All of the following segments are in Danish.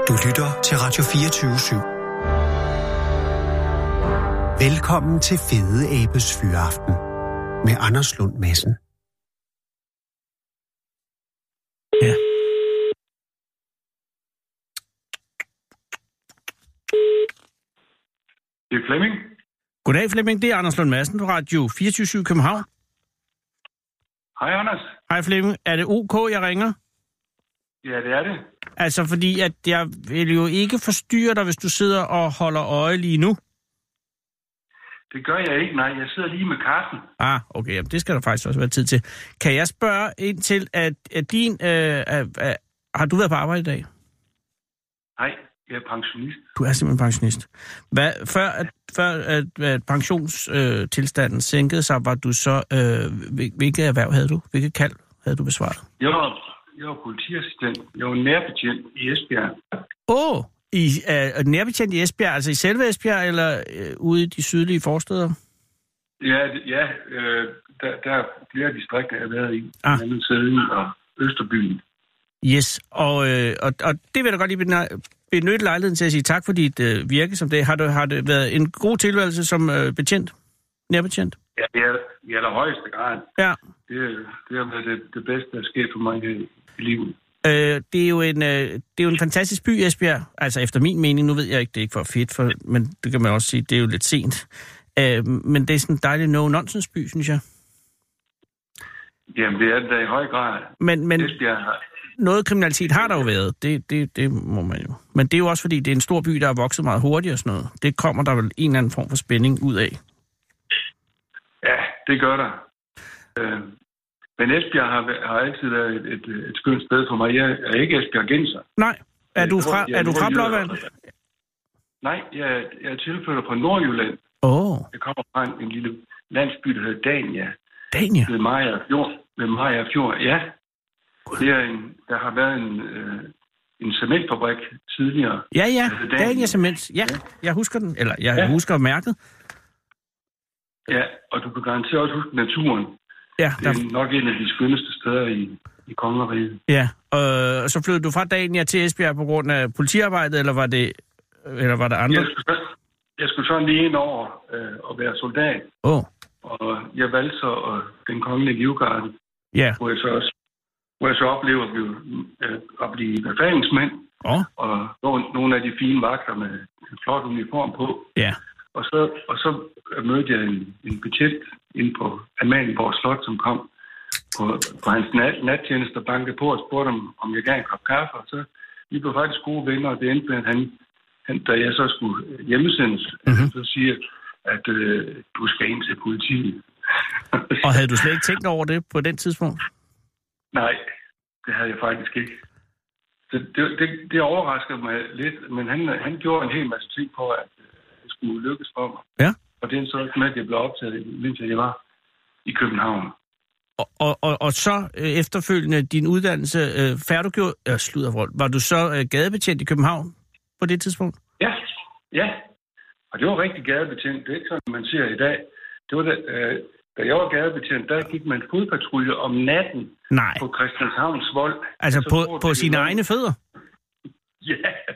Du lytter til Radio 24/7. Velkommen til Fede Abes Fyraften med Anders Lund Madsen. Ja. Det er Flemming. Goddag Flemming, det er Anders Lund Madsen på Radio 24/7 København. Hej Anders. Hej Flemming, er det OK, jeg ringer? Ja, det er det. Altså fordi, at jeg vil jo ikke forstyrre dig, hvis du sidder og holder øje lige nu. Det gør jeg ikke, nej. Jeg sidder lige med kaffen. Okay, jamen, det skal der faktisk også være tid til. Kan jeg spørge ind til, at din... har du været på arbejde i dag? Nej, jeg er pensionist. Du er simpelthen pensionist. Før at pensionstilstanden sænkede sig, var du så... hvilket erhverv havde du? Hvilket kald havde du besvaret? Jeg var politiassistent. Jeg var nærbetjent i Esbjerg. Nærbetjent i Esbjerg, altså i selve Esbjerg, eller ude i de sydlige forsteder? Der er flere distrikter, jeg har været i. Blandt andet Sæden og Østerbyen. Yes, og det vil jeg da godt lige benytte lejligheden til at sige tak for dit virke som det. Har det været en god tilværelse som betjent? Nærbetjent? Ja, i allerhøjeste grad. Ja. Det har været det bedste, der er sket for mig i livet. Det er jo en fantastisk by, Esbjerg. Altså efter min mening, nu ved jeg ikke, det er ikke for fedt, men det kan man også sige, det er jo lidt sent. Men det er sådan en dejlig no-nonsense by, synes jeg. Jamen, det er det da i høj grad. Men Esbjerg har... Noget kriminalitet har der jo været, det må man jo. Men det er jo også fordi, det er en stor by, der er vokset meget hurtigt og sådan noget. Det kommer der vel en eller anden form for spænding ud af. Ja, det gør der. Men Esbjerg har altid været et skønt sted for mig. Jeg er ikke esbjergenser. Nej. Er du fra Blåvand? Nej, jeg er tilflytter fra Nordjylland. Jeg kommer fra en lille landsby, der hedder Dania. Dania? Ved Mariager Fjord, ja. Der har været en cementfabrik tidligere. Ja, Dania Cement. Ja, jeg husker den. Eller jeg husker mærket. Ja, og du kan garanteret også huske naturen. Ja, det er nok en af de skønneste steder i kongeriget. Ja, og så flyttede du fra Dania til Esbjerg på grund af politiarbejdet, eller var det andre? Jeg skulle sådan lige ind over at være soldat. Og jeg valgte så den kongelige livgarde, hvor jeg så oplevede at blive befalingsmand. Og nogle af de fine vagter med en flot uniform på. Ja. Og så mødte jeg en betjent inde på Amalienborg Slot, som kom på hans nattjeneste og bankede på og spurgte om jeg gav en kop kaffe. Og så vi blev faktisk gode venner, og det endte med, at han da jeg så skulle hjemmesendes, så siger at du skal ind til politiet. Og havde du slet ikke tænkt over det på den tidspunkt? Nej, det havde jeg faktisk ikke. Så det overraskede mig lidt, men han gjorde en hel masse ting på, at det skulle lykkes for mig. Ja. Og det er så også med, at jeg blev optaget, mens jeg var i København. Og så efterfølgende din uddannelse færdiggjort, var du så gadebetjent i København på det tidspunkt? Ja. Og det var rigtig gadebetjent. Det er ikke sådan, man siger i dag. Det var da jeg var gadebetjent, der gik man fodpatrulje om natten på Christianshavns Vold. Altså på sine egne fødder? Ja.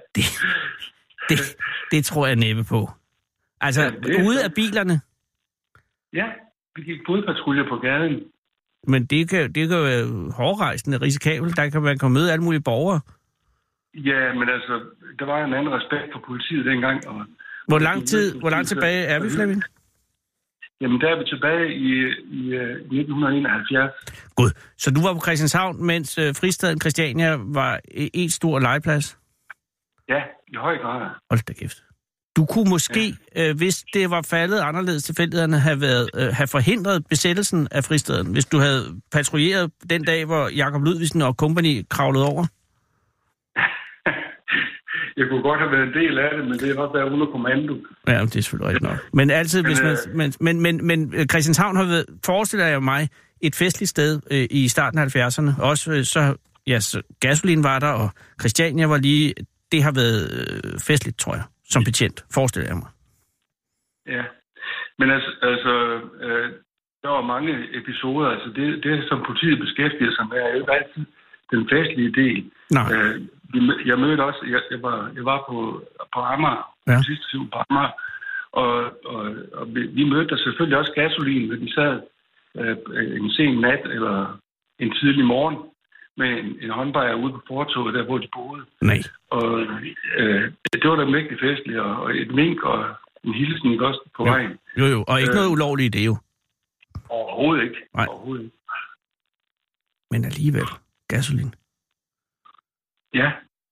Det tror jeg næppe på. Altså ude af bilerne? Ja, vi gik fodpatrulje på gaden. Men det kan jo være hårdrejsende, risikabelt. Der kan man komme med alle mulige borgere. Ja, men altså, der var en anden respekt for politiet dengang. Og hvor lang tilbage er vi, Flemming? Jamen, der er vi tilbage i 1971. Gud, så du var på Christianshavn, mens fristaden Christiania var en stor legeplads? Ja, i høj grad. Hold da kæft. Du kunne måske, hvis det var faldet anderledes tilfældighederne, have forhindret besættelsen af fristaden, hvis du havde patruljeret den dag, hvor Jakob Ludvigsen og company kravlede over? Jeg kunne godt have været en del af det, men det er også været under kommando. Ja, det er selvfølgelig rigtigt nok. Men altid, men Christianshavn har været, forestiller jeg mig, et festligt sted i starten af 70'erne. Også så Gasolin var der, og Christiania var lige. Det har været festligt, tror jeg, som betjent, forestiller jeg mig. Ja, men altså der var mange episoder. Altså det som politiet beskæftiger sig med, er jo ikke altid den festlige del. jeg mødte også, jeg var på Amager, sidste station på Amager, og vi mødte der selvfølgelig også gasolin, når de sad en sen nat eller en tidlig morgen med en håndbajer ude på fortovet, der hvor de boede. Nej. Og det var da mægtig festligt, og et vink og en hilsen, ikke også, på vejen. Jo, og ikke noget ulovligt i det jo. Overhovedet ikke. Nej. Overhovedet ikke. Men alligevel, gasolin. Ja.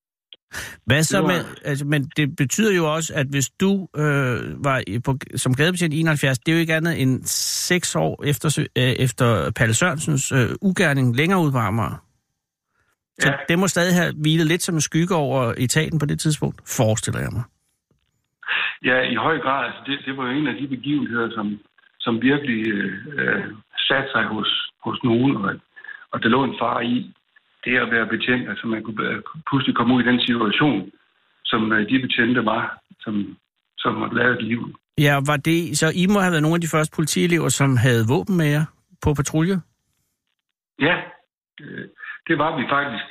Hvad så med, altså, men det betyder jo også, at hvis du var som gadebetjent i 71, det er jo ikke andet end 6 år efter Palle Sørensens ugerning længere ud på Amager. Så det må stadig have hvilet lidt som en skygge over etaten på det tidspunkt, forestiller jeg mig. Ja, i høj grad. Altså det var jo en af de begivenheder, som virkelig satte sig hos nogen, og der lå en far i det at være betjent. Altså man kunne pludselig komme ud i den situation, som de betjente var, som måtte lave et liv. Ja, var det, så I må have været nogle af de første politielever, som havde våben med jer på patrulje? Ja, det var vi faktisk.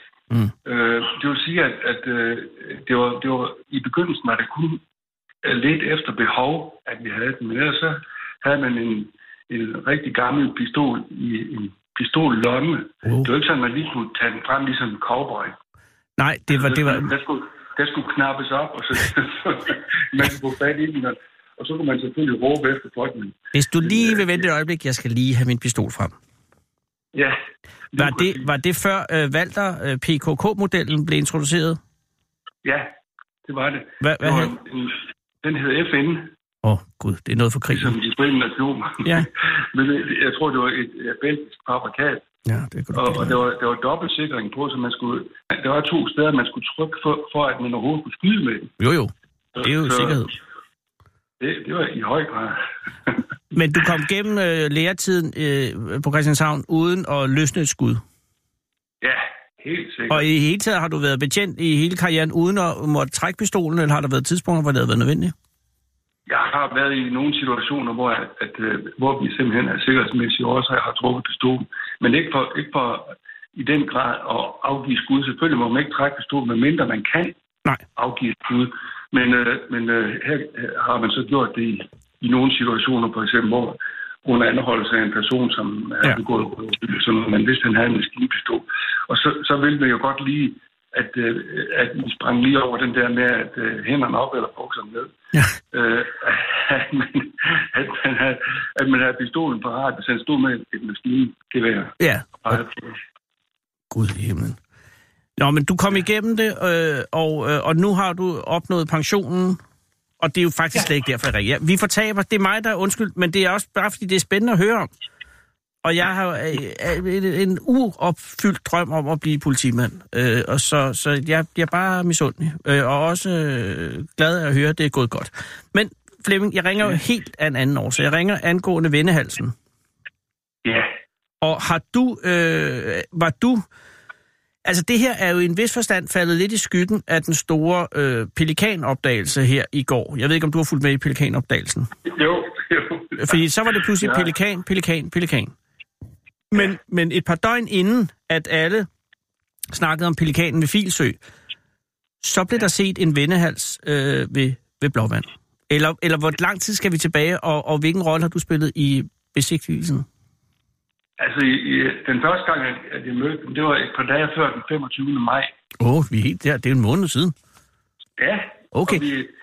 Det vil sige, at det var i begyndelsen, var det kun lidt efter behov, at vi havde den. Men ellers så havde man en rigtig gammel pistol i en pistollomme. Det var ikke sådan, at man lige kunne tage den frem ligesom en cowboy. Nej, det var... Der skulle knappes op, og så man kunne få fat i den, og så kunne man selvfølgelig råbe efter folk. Hvis du lige vil vente et øjeblik, jeg skal lige have min pistol frem. Ja. Var det før Walter PKK-modellen blev introduceret? Ja, det var det. Hvad den hed FN. Gud, det er noget for krig. Som de forenede nationer. Ja. Men jeg tror, det var et belgisk fabrikat. Ja, det kunne og der var dobbeltsikring på, så man skulle... Der var 2 steder, man skulle trykke for at man overhovedet kunne skyde med den. Jo. Det er jo sikkerhed. Det var i høj grad. Men du kom gennem læretiden på Christianshavn uden at løsne et skud? Ja, helt sikkert. Og i hele taget har du været betjent i hele karrieren uden at måtte trække pistolen, eller har der været tidspunkter, hvor det har været nødvendigt? Jeg har været i nogle situationer, hvor vi simpelthen af sikkerhedsmæssige årsager har trukket pistolen. Men ikke for i den grad at afgive skud. Selvfølgelig må man ikke trække pistolen, medmindre man kan afgive skud. Men her har man så gjort det i nogle situationer, for eksempel, hvor under anholdelse af en person, som er begået sådan noget, man vidste, han havde en maskinpistol. Og så ville man jo godt lige, at vi sprang lige over den der med, at hænderne op eller bukserne ned. Ja. At man havde pistolen parat, hvis han stod med et maskingevær. Ja. Gud i himlen. Nå, men du kom igennem det, og nu har du opnået pensionen, og det er jo faktisk slet ikke derfor, jeg ringer. Vi fortaber, det er mig, der er undskyld, men det er også bare, fordi det er spændende at høre om. Og jeg har en uopfyldt drøm om at blive politimand, og så jeg bliver bare misundelig, og også glad af at høre, at det er gået godt. Men Flemming, jeg ringer jo helt af en anden år, så jeg ringer angående Vendehalsen. Ja. Og var du... Altså, det her er jo i en vis forstand faldet lidt i skyggen af den store pelikanopdagelse her i går. Jeg ved ikke, om du har fulgt med i pelikanopdagelsen? Jo. Fordi så var det pludselig pelikan. Men et par døgn inden, at alle snakkede om pelikanen ved Filsø, så blev der set en vendehals ved Blåvand. Eller hvor lang tid skal vi tilbage, og hvilken rolle har du spillet i besigtigelsen? Altså, den første gang, at jeg mødte dem, det var et par dage før den 25. maj. Vi er helt der. Det er en måned siden. Ja. Okay.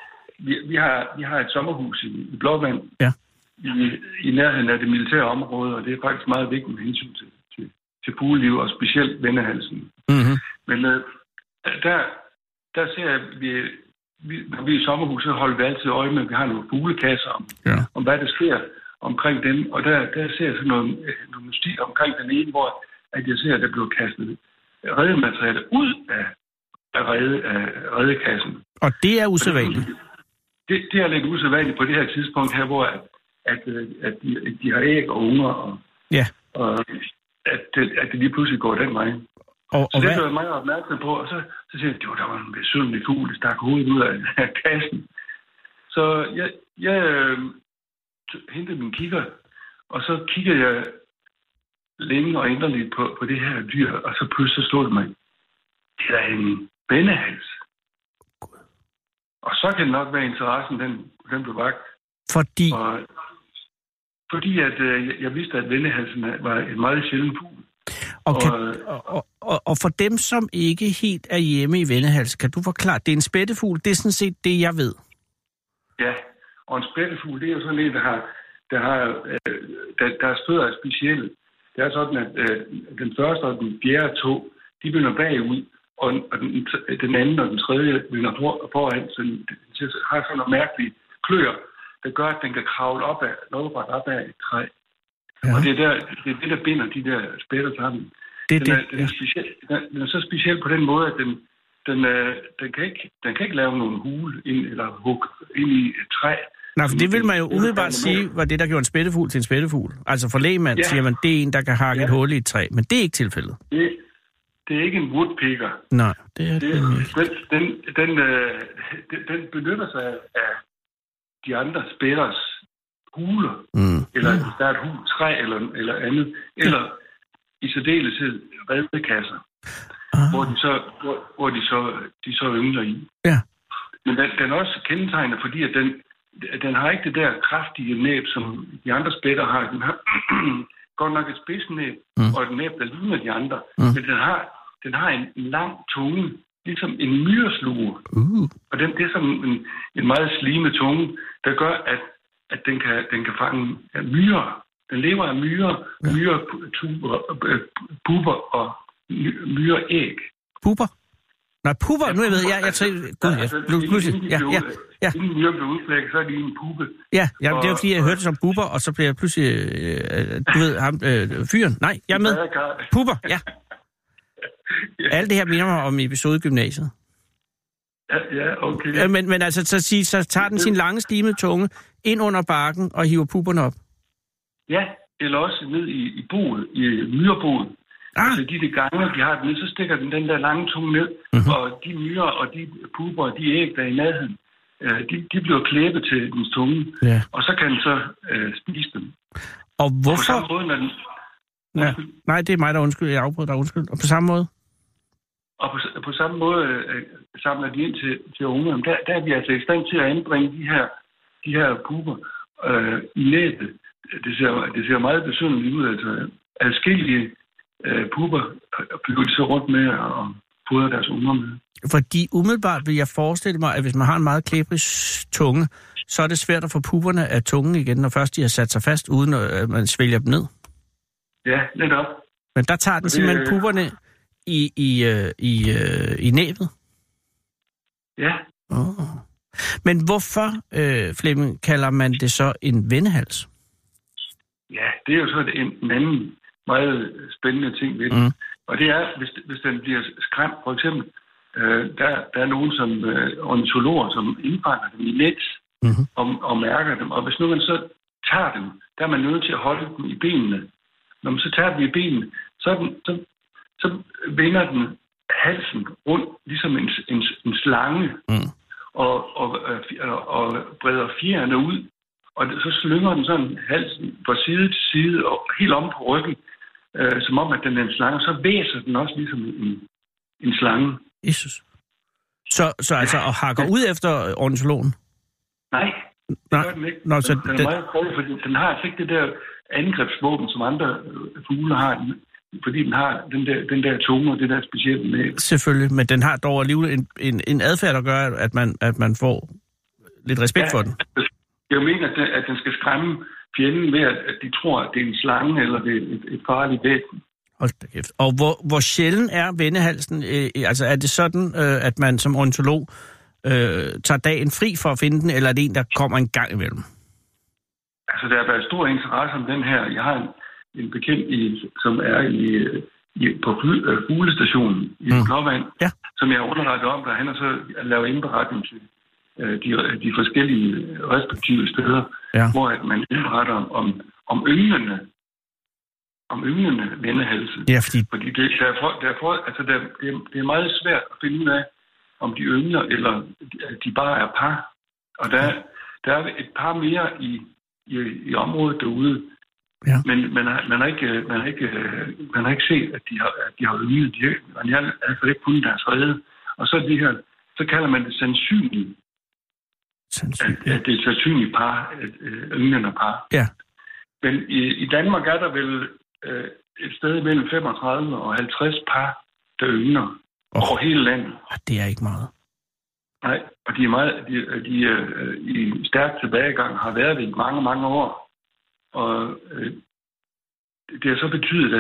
Vi har et sommerhus i Blåvand. Ja. I nærheden af det militære område, og det er faktisk meget vigtigt med hensyn til fugleliv, og specielt vendehalsen. Mm-hmm. Men der ser jeg, når vi er i sommerhuset, holder vi altid øje med, at vi har nogle fuglekasser om hvad der sker omkring dem, og der ser jeg sådan noget mystik omkring den ene, hvor at jeg ser, at der bliver kastet redemateriale ud af redekassen. Og det er usædvanligt? Det er lidt usædvanligt på det her tidspunkt her, hvor at de har æg og unger, og at det lige pludselig går den vej. Så det blev jeg meget opmærksom på, og så siger jeg, at der var en besynderlig fugl, der stak hovedet ud af kassen. Så jeg hentede min kigger, og så kiggede jeg længe og inderligt på det her dyr, og så pludselig stod det mig, det er vendehals. Og så kan det nok være interessen, den blev vagt. Fordi at jeg vidste, at vendehalsen var en meget sjælden fugl. Og for dem, som ikke helt er hjemme i vendehals, kan du forklare, det er en spættefugl, det er sådan set det, jeg ved. Ja, og en spættefugl, det er jo sådan en, der støder af specielle. Det er sådan, at den første og den fjerde tog, de vender bagud, og den anden og den tredje vender foran, så den har sådan nogle mærkelige kløer, der gør, at den kan kravle op af et træ. Ja. Og det er det, der binder de der spætter sammen. Den er så speciel på den måde, at den kan ikke lave nogen hule eller hugge ind i et træ. Nej, for det vil man jo umiddelbart sige, var det, der gjorde en spættefugl til en spættefugl. Altså for lægmand siger man, det er en, der kan hakke et hul i et træ, men det er ikke tilfældet. Det er ikke en woodpecker. Nej, det er det ikke. Den benytter sig af de andre spætters huler, eller hvis der er et hultræ eller andet, eller i særdeleshed redekasser, hvor de så yngler i. Ja. Men den er også kendetegnet, fordi at den har ikke det der kraftige næb, som de andre spætter har. Den har godt nok et spidsnæb, og et næb, der ligner de andre. Men den har en lang tunge, ligesom en myresluge. Og det er sådan en meget slimet tunge, der gør, at den kan fange myrer. Den lever af myrer, puber og myreæg. Puber? Nej, puber, nu jeg ved, jeg inden myrer blev udflækket, så er de en pube. Ja, det var fordi, jeg hørte det som puber, og så blev jeg pludselig, du ved, ham, fyren. Nej, jeg er med. Puber, ja. Alt det her minder mig om episode gymnasiet. Ja, okay. Men altså, så tager den sin lange, slimede tunge ind under barken og hiver puberne op? Ja, eller også ned i boet, i myreboet. Altså de gange, de har den ned, så stikker den der lange tunge ned, og de myrer og de puber og de æg, der er i nærheden, de bliver klæbet til dens tunge, og så kan den så spise dem. Og hvorfor? På samme måde, når den... Ja. Nej, det er mig, der undskyld. Jeg afbryder dig, undskyld. Og på samme måde? Og på samme måde samler de ind til ungerne. Der er vi altså i stand til at anbringe de her puber i næbet. Det ser meget besynderligt ud. Altså, adskillige puber bliver de så rundt med og fodrer deres unger med. Fordi umiddelbart vil jeg forestille mig, at hvis man har en meget klæbrig tunge, så er det svært at få puberne af tungen igen, når først de har sat sig fast, uden at man svælger dem ned. Ja, netop. Men der tager den simpelthen pubberne i næbet? Ja. Men hvorfor, Flemming, kalder man det så en vendehals? Ja, det er jo så en anden meget spændende ting ved det. Og det er, hvis den bliver skræmt, for eksempel, der er nogen som ornitologer, som indfanger dem i net og mærker dem. Og hvis nu man så tager dem, der er man nødt til at holde dem i benene. Når man så tager dem i benene, så vender den halsen rundt, ligesom en slange, og breder fjerne ud. Og så slynger den sådan halsen fra side til side og helt om på ryggen, som om, at den er en slange. Så væser den også ligesom en slange. Jesus. Så altså, og hakker ud efter ornitologen? Nej, det gør den ikke. Den er meget krøllet, fordi den har altså ikke det der angrebsvåben, som andre fugle har, fordi den har den der tunge og det der specielle med. Selvfølgelig, men den har dog alligevel en adfærd, der gør, at man får lidt respekt for den. Jeg mener, at den skal skræmme fjenden ved, at de tror, at det er en slange eller det er et farligt væsen. Hold da kæft. Og hvor sjælden er vendehalsen? Altså er det sådan, at man som ornitolog tager dagen fri for at finde den, eller er det en, der kommer en gang imellem? Altså, der har været stor interesse om den her. Jeg har en bekendt, som er på fuglestationen i Blåvand, som jeg er underrettet om, der han har så lavet indberetning til de forskellige respektive steder, hvor at man indberetter om ynglende vendehalse. Ja, fordi det er meget svært at finde ud af, om de yngler, eller de bare er par. Og der er et par mere i området derude. Ja. Men man har ikke set, at de har ynglet. Man har altså ikke fundet deres rede. Og så de her, så kalder man det sandsynligt. At det er et sandsynligt par, et ynglende par. Ja. Men i Danmark er der vel et sted mellem 35 og 50 par, der yngler over hele landet. Det er ikke meget. Nej, og de er meget, de er i stærk tilbagegang, har været det i mange, mange år. Og det har så betydet,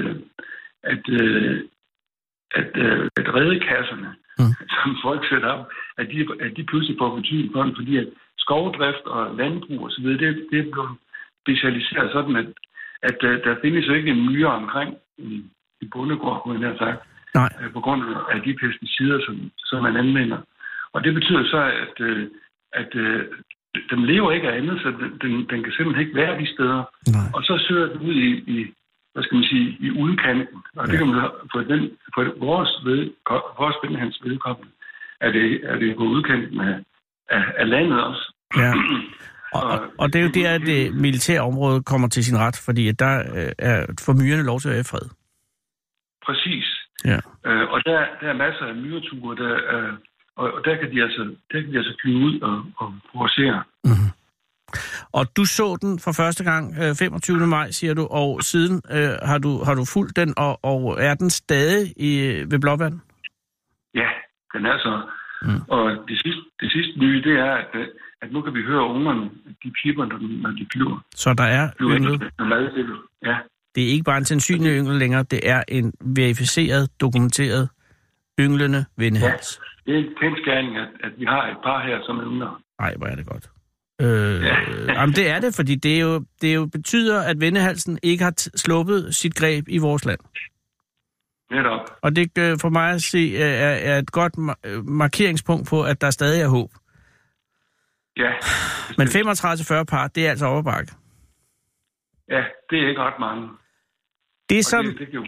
at redekasserne, som folk sætter op, at de pludselig får betydning for den, fordi at skovdrift og landbrug og så videre, det er blevet specialiseret sådan, at der findes jo ikke en myre omkring i bondegård, kunne jeg have sagt. Nej. På grund af de pesticider, som man anvender. Og det betyder så, at den lever ikke af andet, så den kan simpelthen ikke være de steder. Nej. Og så søger den ud i hvad skal man sige, i udkanten. Og det kan man på vores Vennehals vedkommende, er det på udkanten af landet også. Ja. Og det er jo der, at det militære område kommer til sin ret, fordi der er for myrerne lov til at være i fred. Præcis. Ja. Og der er masser af myreture, og der kan de altså flyve ud og provocere. Mm-hmm. Og du så den for første gang 25. maj, siger du, og siden har du fulgt den, og er den stadig ved Blåvand? Ja, den er så. Og det sidste nye, det er, at nu kan vi høre ungerne, de pipper, når de flyver. Så der er ynglet? Ja. Det er ikke bare en sandsynlig yngel længere, det er en verificeret, dokumenteret ynglende vennehals. Ja, det er en kendsgerning, at vi har et par her, som yngler. Nej, hvor er det godt. Jamen det er det, fordi det jo betyder, at vennehalsen ikke har sluppet sit greb i vores land. Netop. Og det for mig at se er et godt markeringspunkt på, at der stadig er håb. Ja. Men 35-40 par, det er altså overbakke. Ja, det er ikke ret mange. Det er som...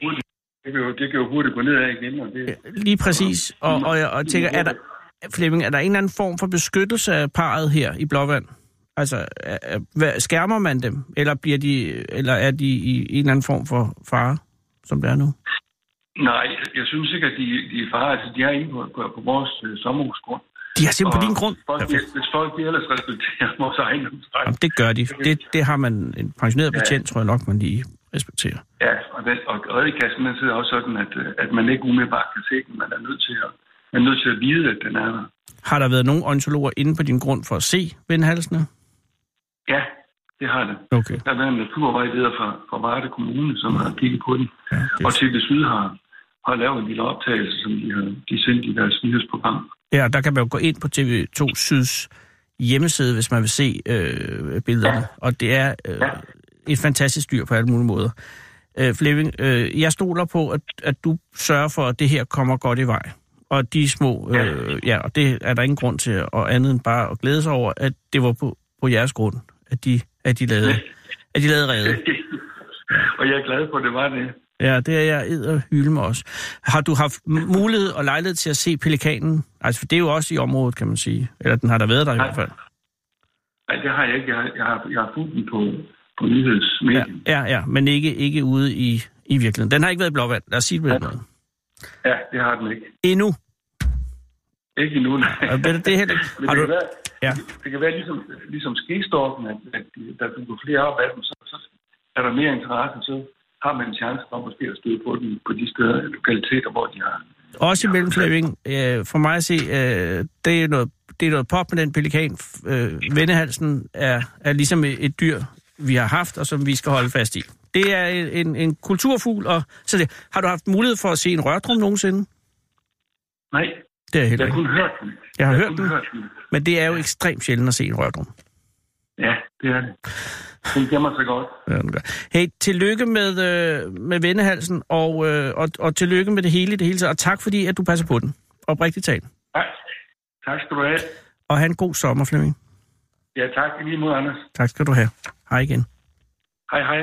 Det kan jo hurtigt gå nedad igen. Og det... Lige præcis. Og jeg tænker, Flemming, er der en eller anden form for beskyttelse af parret her i Blåvand? Altså, skærmer man dem? Eller er de i en eller anden form for fare, som det er nu? Nej, jeg synes ikke, at de er fare. Altså, de er inde på vores sommerhusgrund. De er simpelthen på din grund? Hvis folk ellers respekterer vores ejendomsret. Jamen, det gør de. Det har man en pensioneret betjent, tror jeg nok, man lige respekterer. Ja, og redekassen er så også sådan, at man ikke umiddelbart kan se den. Man er nødt til at vide, at den er der. Har der været nogle ornitologer inde på din grund for at se vindhalsene? Ja, det har det. Okay. Der har været en naturvejleder fra Varde Kommune, som har kigget på den. Ja, og TV Syd har lavet en lille optagelse, som de sendte i deres nyhedsprogram. Ja, der kan man jo gå ind på TV2 Syds hjemmeside, hvis man vil se billederne. Ja. Og det er et fantastisk dyr på alle mulige måder. Flemming, jeg stoler på, at du sørger for, at det her kommer godt i vej. Og de små, og det er der ingen grund til at andet end bare at glæde sig over, at det var på jeres grund, at de lavede rede. Og jeg er glad for, at det var det. Ja, det er jeg edderhylde med også. Har du haft mulighed og lejlighed til at se pelikanen? Altså, for det er jo også i området, kan man sige. Eller den har der været der i hvert fald. Nej, det har jeg ikke. Jeg har fulgt den på nyhedsmedien. Ja, men ikke ude i virkeligheden. Den har ikke været i Blåvand. Lad os sige det på den måde. Ja, det har den ikke. Endnu? Ikke endnu, nej. Det er heller ikke. Det kan være ligesom skestorken, at der bliver flere op af dem, så er der mere interesse, så har man en chance for måske at støde på den på de steder, lokaliteter, hvor de har. Også i mellemflæving, for mig at se, det er noget pop med den pelikan. Vennehalsen er ligesom et dyr, vi har haft, og som vi skal holde fast i. Det er en kulturfugl, og så har du haft mulighed for at se en rørdrum nogensinde? Nej, det er heller ikke. Jeg har kun hørt den. Jeg har hørt den, men det er jo ekstremt sjældent at se en rørdrum. Ja, det er det. Den gemmer sig godt. Ja, den gør. Hey, tillykke med vennehalsen, og tillykke med det hele taget, og tak fordi, at du passer på den. Oprigtigt talt. Tak. Tak skal du have. Og have en god sommer, Flemming. Ja, tak. I lige mod, Anders. Tak skal du have. Hej igen. Hej.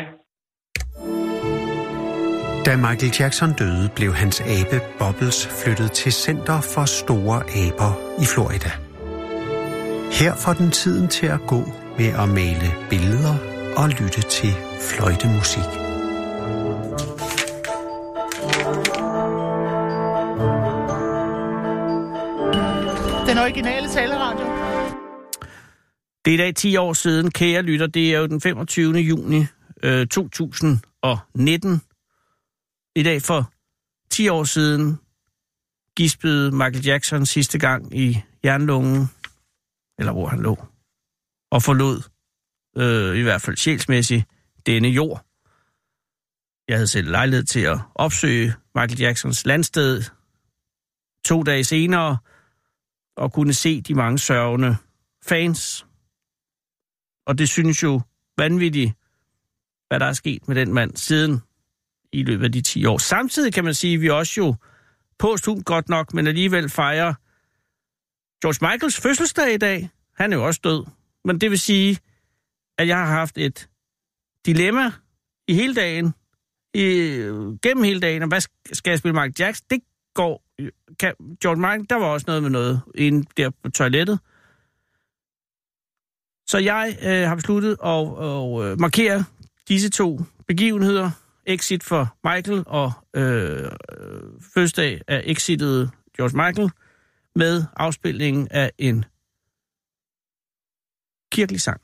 Da Michael Jackson døde, blev hans abe Bubbles flyttet til Center for Store Aber i Florida. Her får den tiden til at gå med at male billeder og lytte til fløjtemusik. Den originale taleradio. Det er i dag 10 år siden, kære lytter. Det er jo den 25. juni 2019. I dag for 10 år siden gispede Michael Jackson sidste gang i jernlungen, eller hvor han lå, og forlod, i hvert fald sjælsmæssigt, denne jord. Jeg havde selv lejlighed til at opsøge Michael Jacksons landsted 2 dage senere, og kunne se de mange sørgende fans. Og det synes jo vanvittigt, hvad der er sket med den mand siden i løbet af de 10 år. Samtidig kan man sige, at vi også jo posthum godt nok, men alligevel fejrer George Michaels fødselsdag i dag. Han er jo også død. Men det vil sige, at jeg har haft et dilemma i hele dagen, gennem hele dagen, og hvad skal jeg spille Michael Jackson? Det går... George Michael, der var også noget med noget inde der på toilettet. Så jeg har besluttet at markere disse 2 begivenheder. Exit for Michael og fødselsdag af exitede George Michael med afspilningen af en kirkelig sang.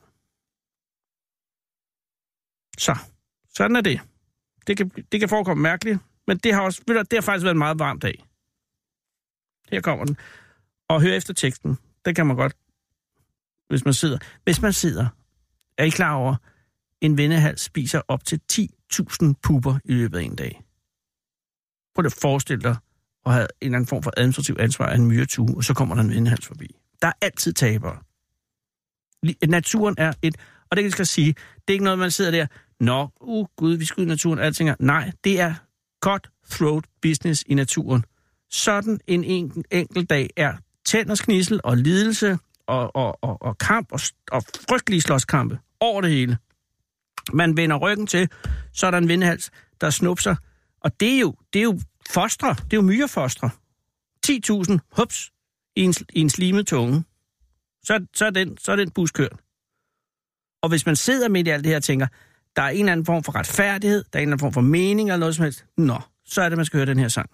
Sådan er det. Det kan forekomme mærkeligt, men det har faktisk været en meget varm dag. Her kommer den. Og hør efter teksten. Det kan man godt, hvis man sidder. Er I klar over, en vennehals spiser op til 10.000 pupper i løbet af en dag? Prøv at forestille dig at have en eller anden form for administrativ ansvar af en myretue, og så kommer der en vennehals forbi. Der er altid tabere. Naturen er og det kan jeg sige, det er ikke noget, man sidder der, gud, vi skal ud i naturen, alting er. Nej, det er cutthroat business i naturen. Sådan en enkelt dag er tænders knissel og lidelse og kamp og frygtelige slåskampe over det hele. Man vender ryggen til, så er der en vindehals, der snupser. Og det er jo fostre, det er jo myrefostre. 10.000, hups, i en slimet tunge. Så er den bus kørt. Og hvis man sidder midt i alt det her og tænker, der er en eller anden form for retfærdighed, der er en eller anden form for mening eller noget som helst, så er det, man skal høre den her sang.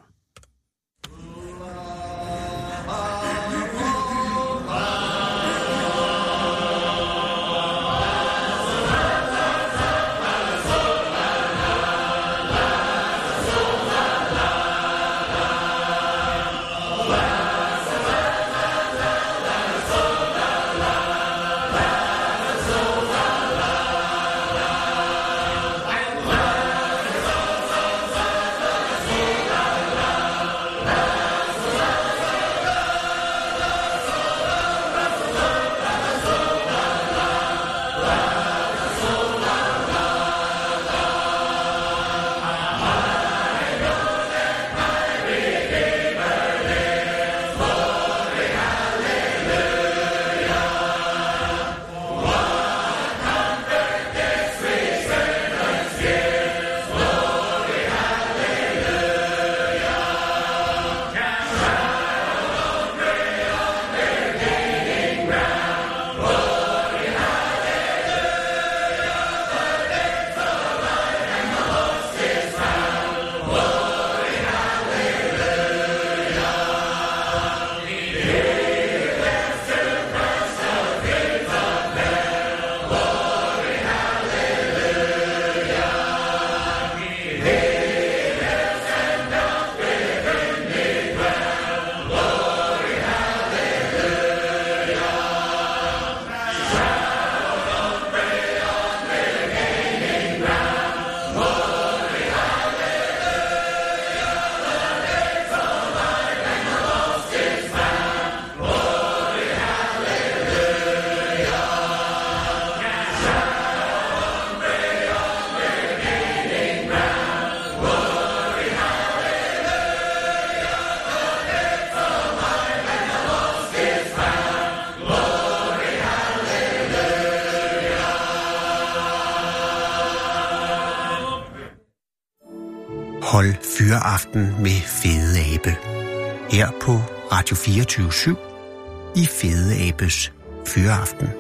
Hold Fyraften med Fede Abe. Her på Radio 24/7 i Fede Abes Fyraften.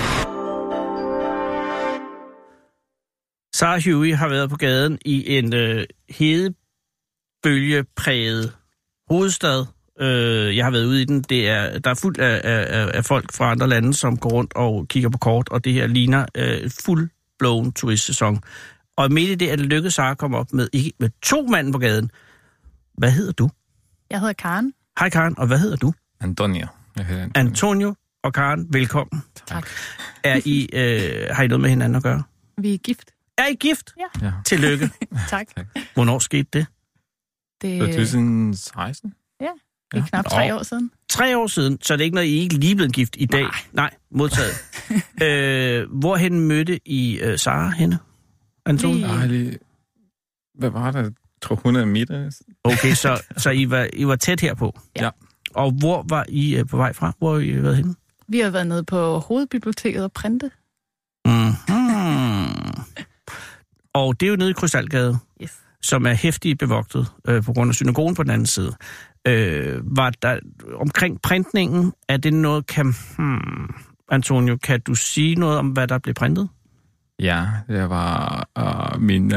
Sarah Huey har været på gaden i en hedebølgepræget hovedstad Jeg har været ude i den. Der er fuldt af folk fra andre lande, som går rundt og kigger på kort, og det her ligner full-blown turistsæson. Og midt i det, at det lykkedes Sara at komme op med 2 mand på gaden. Hvad hedder du? Jeg hedder Karen. Hej Karen, og hvad hedder du? Antonio. Jeg hedder Antonio og Karen, velkommen. Tak. Har I noget med hinanden at gøre? Vi er gift. Er I gift? Ja. Tillykke. Tak. Hvornår skete det? Det var 2016. Ja, det er knap 3 år siden. 3 år siden, så det er ikke noget, I ikke lige blevet gift i dag? Nej, modtaget. Hvorhen mødte I Sara henne, Antonio? Hvad var det? Jeg tror 100 meter. Okay, så I var tæt herpå? Ja. Og hvor var I på vej fra? Hvor har I været henne? Vi har været nede på Hovedbiblioteket og printe. Mm-hmm. Og det er jo nede i Krystalgade, yes. Som er hæftigt bevogtet på grund af synagogen på den anden side. Var der omkring printningen, er det noget, Antonio, kan du sige noget om, hvad der blev printet? Ja, det var min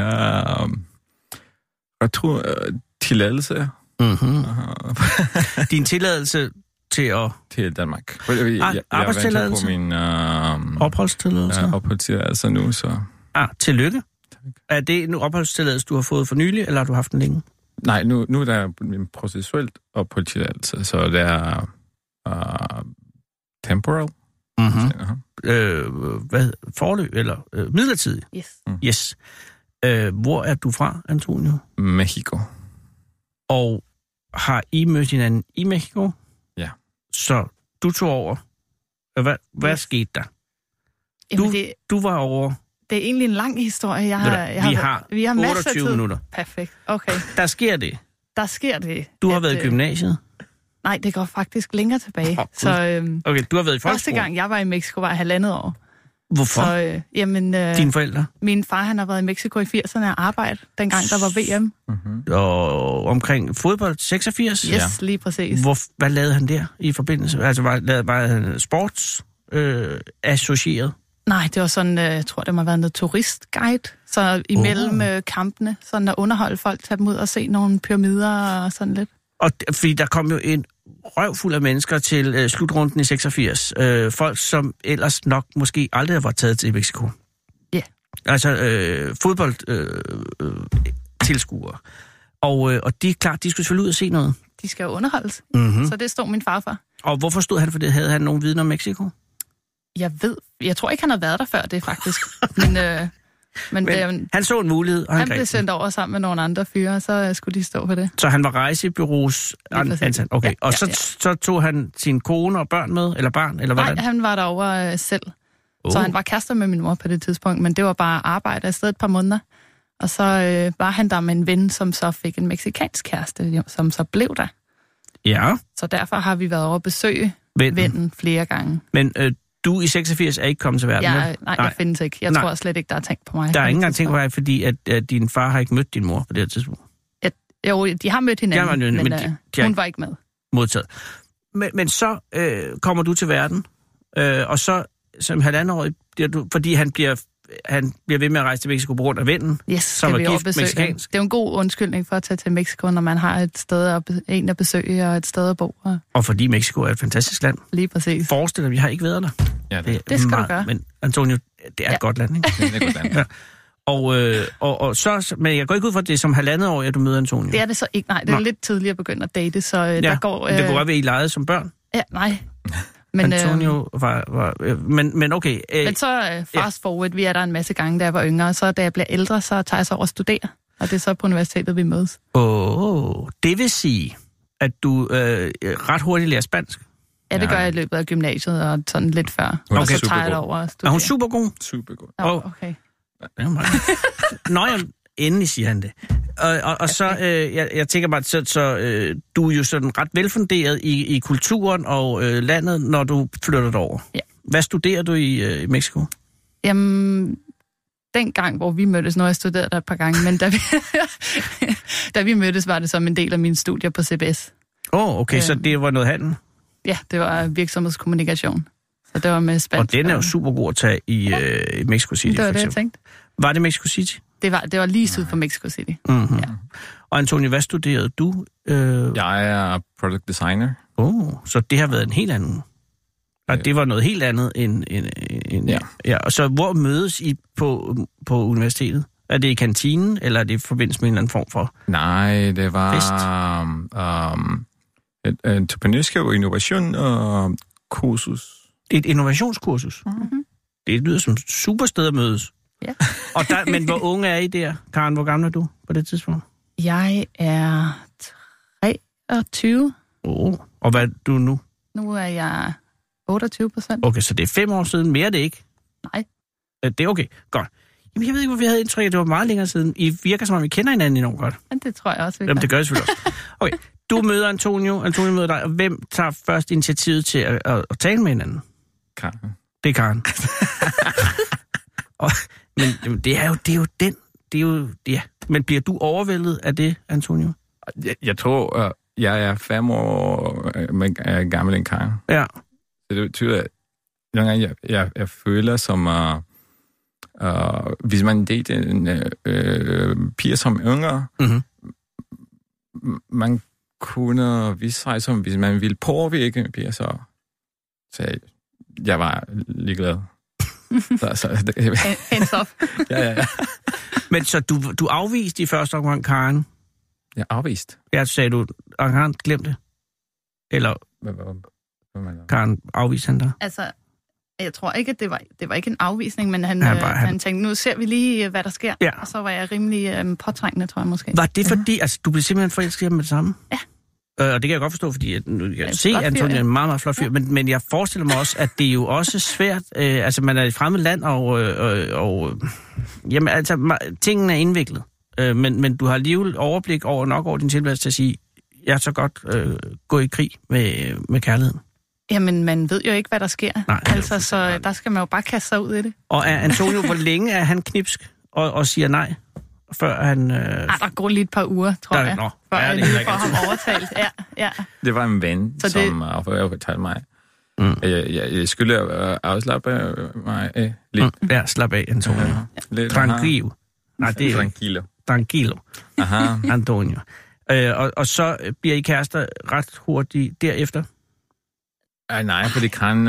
tilladelse. Mm-hmm. Din tilladelse til Danmark. Arbejdstilladelse? Jeg venter på min opholdstilladelse? Opholdstilladelse nu, så... Tillykke. Er det en opholdstilladelse, du har fået for nylig, eller har du haft den længe? Nej, nu er der en processuelt opholdstilladelse, så det er temporal. Mm-hmm. Forløb eller midlertidig? Yes. Yes. Hvor er du fra, Antonio? Mexico. Og har I mødt hinanden i Mexico? Ja. Så du tog over. Hvad skete der? Du var over... Det er egentlig en lang historie. Vi har 28 minutter. Perfekt. Okay. Der sker det. Du har været i gymnasiet? Nej, det går faktisk længere tilbage. Så, okay, du har været i folkeskole? Første gang, jeg var i Mexico, var 1,5 år. Hvorfor? Så, dine forældre? Min far, han har været i Mexico i 80'erne og arbejdet, dengang der var VM. Mm-hmm. Og omkring fodbold 86? Yes, ja. Lige præcis. Hvad lavede han der i forbindelse? Altså, var han sports associeret? Nej, det var sådan, jeg tror, det må have været noget turistguide. Så imellem kampene, sådan at underholde folk, tage dem ud og se nogle pyramider og sådan lidt. Og fordi der kom jo en røvfuld af mennesker til slutrunden i 86. Folk, som ellers nok måske aldrig var taget til Mexico. Ja. Yeah. Altså fodboldtilskuere. Og de er klart, de skulle selvfølgelig ud og se noget. De skal jo underholdes. Mm-hmm. Så det stod min far for. Og hvorfor stod han for det? Havde han nogen viden om Mexico? Jeg tror ikke, han har været der før det, faktisk. Men han så en mulighed, og han blev sendt over sammen med nogle andre fyre, så skulle de stå på det. Så han var rejsebureaus ansat? Okay, ja, og så tog han sin kone og børn med, eller barn, eller hvad? Nej, han var derovre selv. Så han var kærester med min mor på det tidspunkt, men det var bare arbejde afsted et par måneder. Og så var han der med en ven, som så fik en mexikansk kæreste, som så blev der. Ja. Så derfor har vi været over at besøge vennen flere gange. Men du i 86 er ikke kommet til verden? Nej, jeg findes ikke. Jeg tror slet ikke, der er tænkt på mig. Der er ikke engang tænkt på dig, fordi at din far har ikke mødt din mor på det her tidspunkt? Jo, de har mødt hinanden, men hun var ikke med. Modtaget. Men så kommer du til verden, og så som 1,5 år, fordi han bliver ved med at rejse til Mexico på grund af vennen, som er gift mexikansk. Det er jo en god undskyldning for at tage til Mexico, når man har et sted at besøge og et sted at bo. Og fordi Mexico er et fantastisk land. Lige præcis. Forestil dig, vi har ikke været der. Ja, det skal du gøre. Men Antonio, det er et godt land, ikke? Det er et godt land. Ja. Og så, men jeg går ikke ud fra, at det er som 1,5 år, at du møder Antonio. Det er det så ikke. Nej, det er lidt tidligere at begynde at date, så der går... Det kunne godt være, I legede som børn. Ja, nej. Men, Antonio men okay. Men så fast forward, vi er der en masse gange, da jeg var yngre, så da jeg bliver ældre, så tager jeg så over at studere, og det er så på universitetet, vi mødes. Det vil sige, at du ret hurtigt lærer spansk? Ja, det gør jeg i løbet af gymnasiet, og sådan lidt før. Og så tager jeg det over at studere. Er hun super god? Super god. Okay. Nå, endelig siger han det. Og så, jeg tænker bare, så du er jo sådan ret velfunderet i kulturen og landet, når du flytter derover. Ja. Hvad studerer du i Mexico? Jamen, den gang, hvor vi mødtes, nu har jeg studeret der et par gange, men da vi mødtes, var det som en del af mine studier på CBS. Okay, så det var noget handel? Ja, det var virksomhedskommunikation. Så det var med spansk. Og den er jo super god at tage i Mexico City, det var for det, eksempel. jeg tænkte. Var det Mexico City? Det var lige syd for Mexico City. Mm-hmm. Ja. Og Antonio, hvad studerede du? Jeg er product designer. Så det har været en helt anden... Og det var noget helt andet end ja. Og så hvor mødes I på universitetet? Er det i kantinen, eller er det i forbindelse med en eller anden form for Nej, det var et entreprenørskab og innovation og kursus. Et innovationskursus? Mm-hmm. Det lyder som et super sted at mødes. Ja. Men hvor unge er I der? Karen, hvor gammel er du på det tidspunkt? Jeg er 23. Og hvad er du nu? Nu er jeg 28%. Okay, så det er 5 år siden. Mere er det ikke? Nej. Det er okay. Godt. Jamen, jeg ved ikke, hvorfor jeg havde indtryk, at det var meget længere siden. I virker som om, I kender hinanden enormt godt. Men det tror jeg også, vi Jamen, det gør jeg selvfølgelig også. Okay, du møder Antonio møder dig, og hvem tager først initiativet til at tale med hinanden? Karen. Det er Karen. Men det er jo den. Men bliver du overvældet af det, Antonio? Jeg tror, jeg er 5 år gammel end Karen. Ja. Så det betyder, at nogle gange jeg føler som... hvis man dater en piger som yngre, man kunne vise sig som, hvis man ville påvirke en piger, så jeg var ligeglad. Hands off. Ja. Men så du afviste i første omgang Karen? Jeg afviste. Ja, så sagde du, og Karen glemte det? Eller Karen afviste han dig? Altså, jeg tror ikke, at det var ikke en afvisning, men han tænkte, nu ser vi lige, hvad der sker. Ja. Og så var jeg rimelig påtrængende, tror jeg måske. Var det fordi, altså du blev simpelthen forelsket med det samme? Ja. Og det kan jeg godt forstå, fordi jeg kan se, at Antonio er en meget, meget flot fyr. Men jeg forestiller mig også, at det er jo også svært. Altså, man er i et fremmed land, og jamen, altså, tingene er indviklet. Men du har alligevel overblik over din tilværelse til at sige, jeg er så godt gå i krig med kærligheden. Jamen, man ved jo ikke, hvad der sker. Nej, altså, så der skal man jo bare kaste sig ud i det. Og er Antonio, hvor længe er han knipsk og siger nej? Før han... der går lige et par uger, tror jeg. Før jeg lige får ham overtalt. Ja. Det var en ven, som fortalte mig. Jeg skulle afslappe mig lidt. Ja, slap af, Antonio. Tranquilo. Nej, det er Tranquilo. Aha. Antonio. Og så bliver I kærester ret hurtigt derefter? Nej, fordi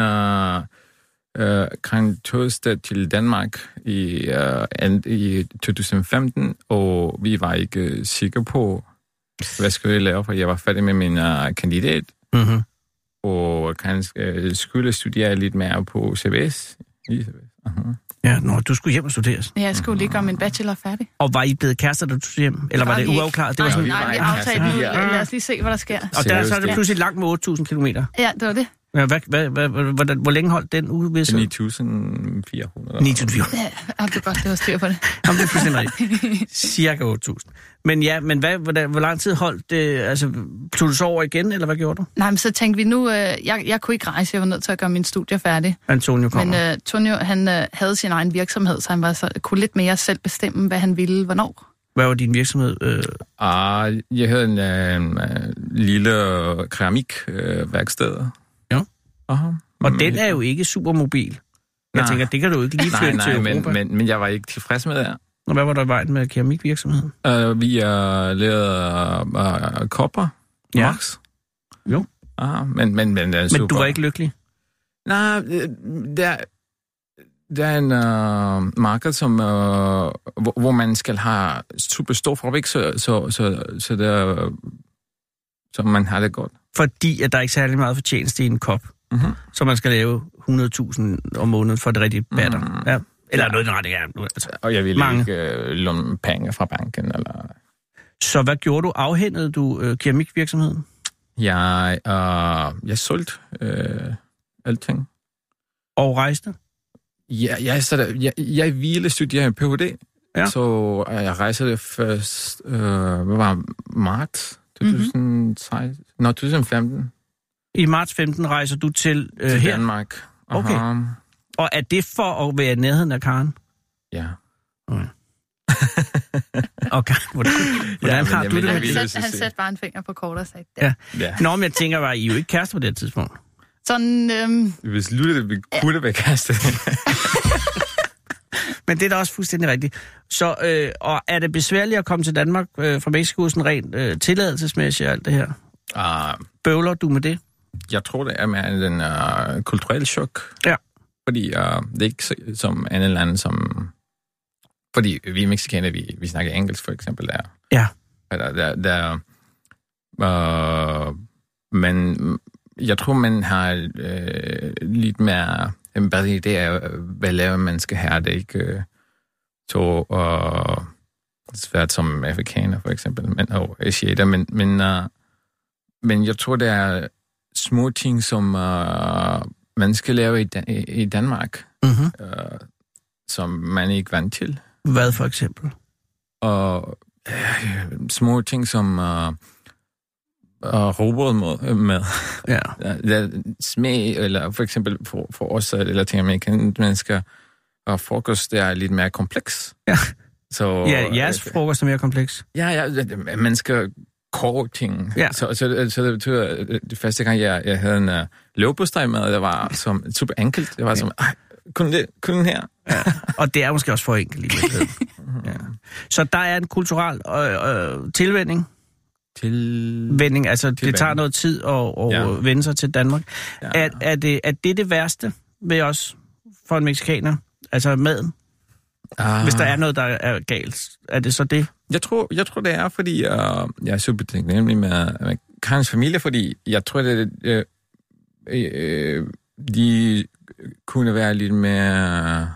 Karen tog til Danmark i 2015, og vi var ikke sikre på, hvad skulle jeg lave, for jeg var færdig med min kandidat, og Karen skulle studere lidt mere på CBS. Ja, du skulle hjem og studere. Ja, jeg skulle lige gøre min bachelor færdig. Og var I blevet kærester, da du tog hjem? Eller var det uafklaret? Nej, vi aftalte nu. Lad os lige se, hvad der sker. Og så er det pludselig langt med 8.000 kilometer. Ja, det var det. Ja, hvor længe holdt den uge ved så? 9.400. 9.400. Ja, det er godt, det var styr på det. Jamen, det er fuldstændig rigtigt. Cirka 8.000. Men ja, hvor lang tid holdt det? Altså, tog du så over igen, eller hvad gjorde du? Nej, men så tænkte vi nu, jeg kunne ikke rejse, jeg var nødt til at gøre min studie færdig. Antonio kommer. Men Antonio, han havde sin egen virksomhed, så han kunne lidt mere selv bestemme, hvad han ville, hvornår. Hvad var din virksomhed? Jeg havde en lille keramikværksted. Ja. Aha. Og den er jo ikke supermobil. Jeg tænker, det kan du ikke lige flytte til Europa. Men jeg var ikke tilfreds med det. Og hvad var der i vejen med keramikvirksomheden? Vi lavede kopper. Ja. Max. Jo. Aha, men du var ikke lykkelig? Nej, det er en marked, som, hvor man skal have super stor fabrik, så man har det godt. Fordi at der er ikke særlig meget fortjeneste i en kop. Så man skal lave 100.000 om måneden for det rigtige batter. Ja. Eller noget i den retning. Altså, og jeg ville ikke låne penge fra banken. Eller... Så hvad gjorde du? Afhændede du keramikvirksomheden? Jeg solgte alting. Og rejste? Ja, jeg ville studere Ph.D. Ja. Så jeg rejste først, hvad var marts 2015. I marts 15 rejser du til her? Danmark. Okay. Og er det for at være i nærheden af Karen? Ja. Okay. Okay. Hvordan har du det? Han satte bare en finger på kort og sagde det. Ja. Nå, men jeg tænker, var I jo ikke kærester på det tidspunkt? Sådan, Hvis vi kunne være kærester. Men det er da også fuldstændig rigtigt. Så, og er det besværligt at komme til Danmark fra Mexico, sådan rent tilladelsesmæssigt og alt det her? Bøvler du med det? Jeg tror, det er mere en kulturel chok. Ja. Fordi det er ikke som andet land, som... Fordi vi er mexikanere, vi snakker engelsk, for eksempel, der. Ja. Men jeg tror, man har lidt mere en bedre idé af, hvad laver man skal her. Det er ikke så svært som afrikaner, for eksempel, og asiater. Men jeg tror, det er små ting, som man skal lave i Danmark, som man ikke er vant til. Hvad for eksempel? Og små ting som robotmad. Ja. Smag, eller for eksempel for os eller latinamerikanske mennesker, og frokost er lidt mere kompleks. Ja. Så, jeres frokost er mere kompleks. Ja, man skal koge ting. Ja. Så det betyder, at det første gang, jeg havde en leverpostejmad, der var som super enkelt. Det var som, kun her. Ja. Og det er måske også for enkelt i virkeligheden. Ja. Så der er en kulturel tilvænning. Tilvænning, altså det tager noget tid at vende sig til Danmark. Ja. Er det værste ved os for en mexikaner? Altså maden? Hvis der er noget, der er galt, er det så det? Jeg tror det er, fordi jeg er super taknemmelig med Karens familie, fordi jeg tror, det de kunne være lidt mere...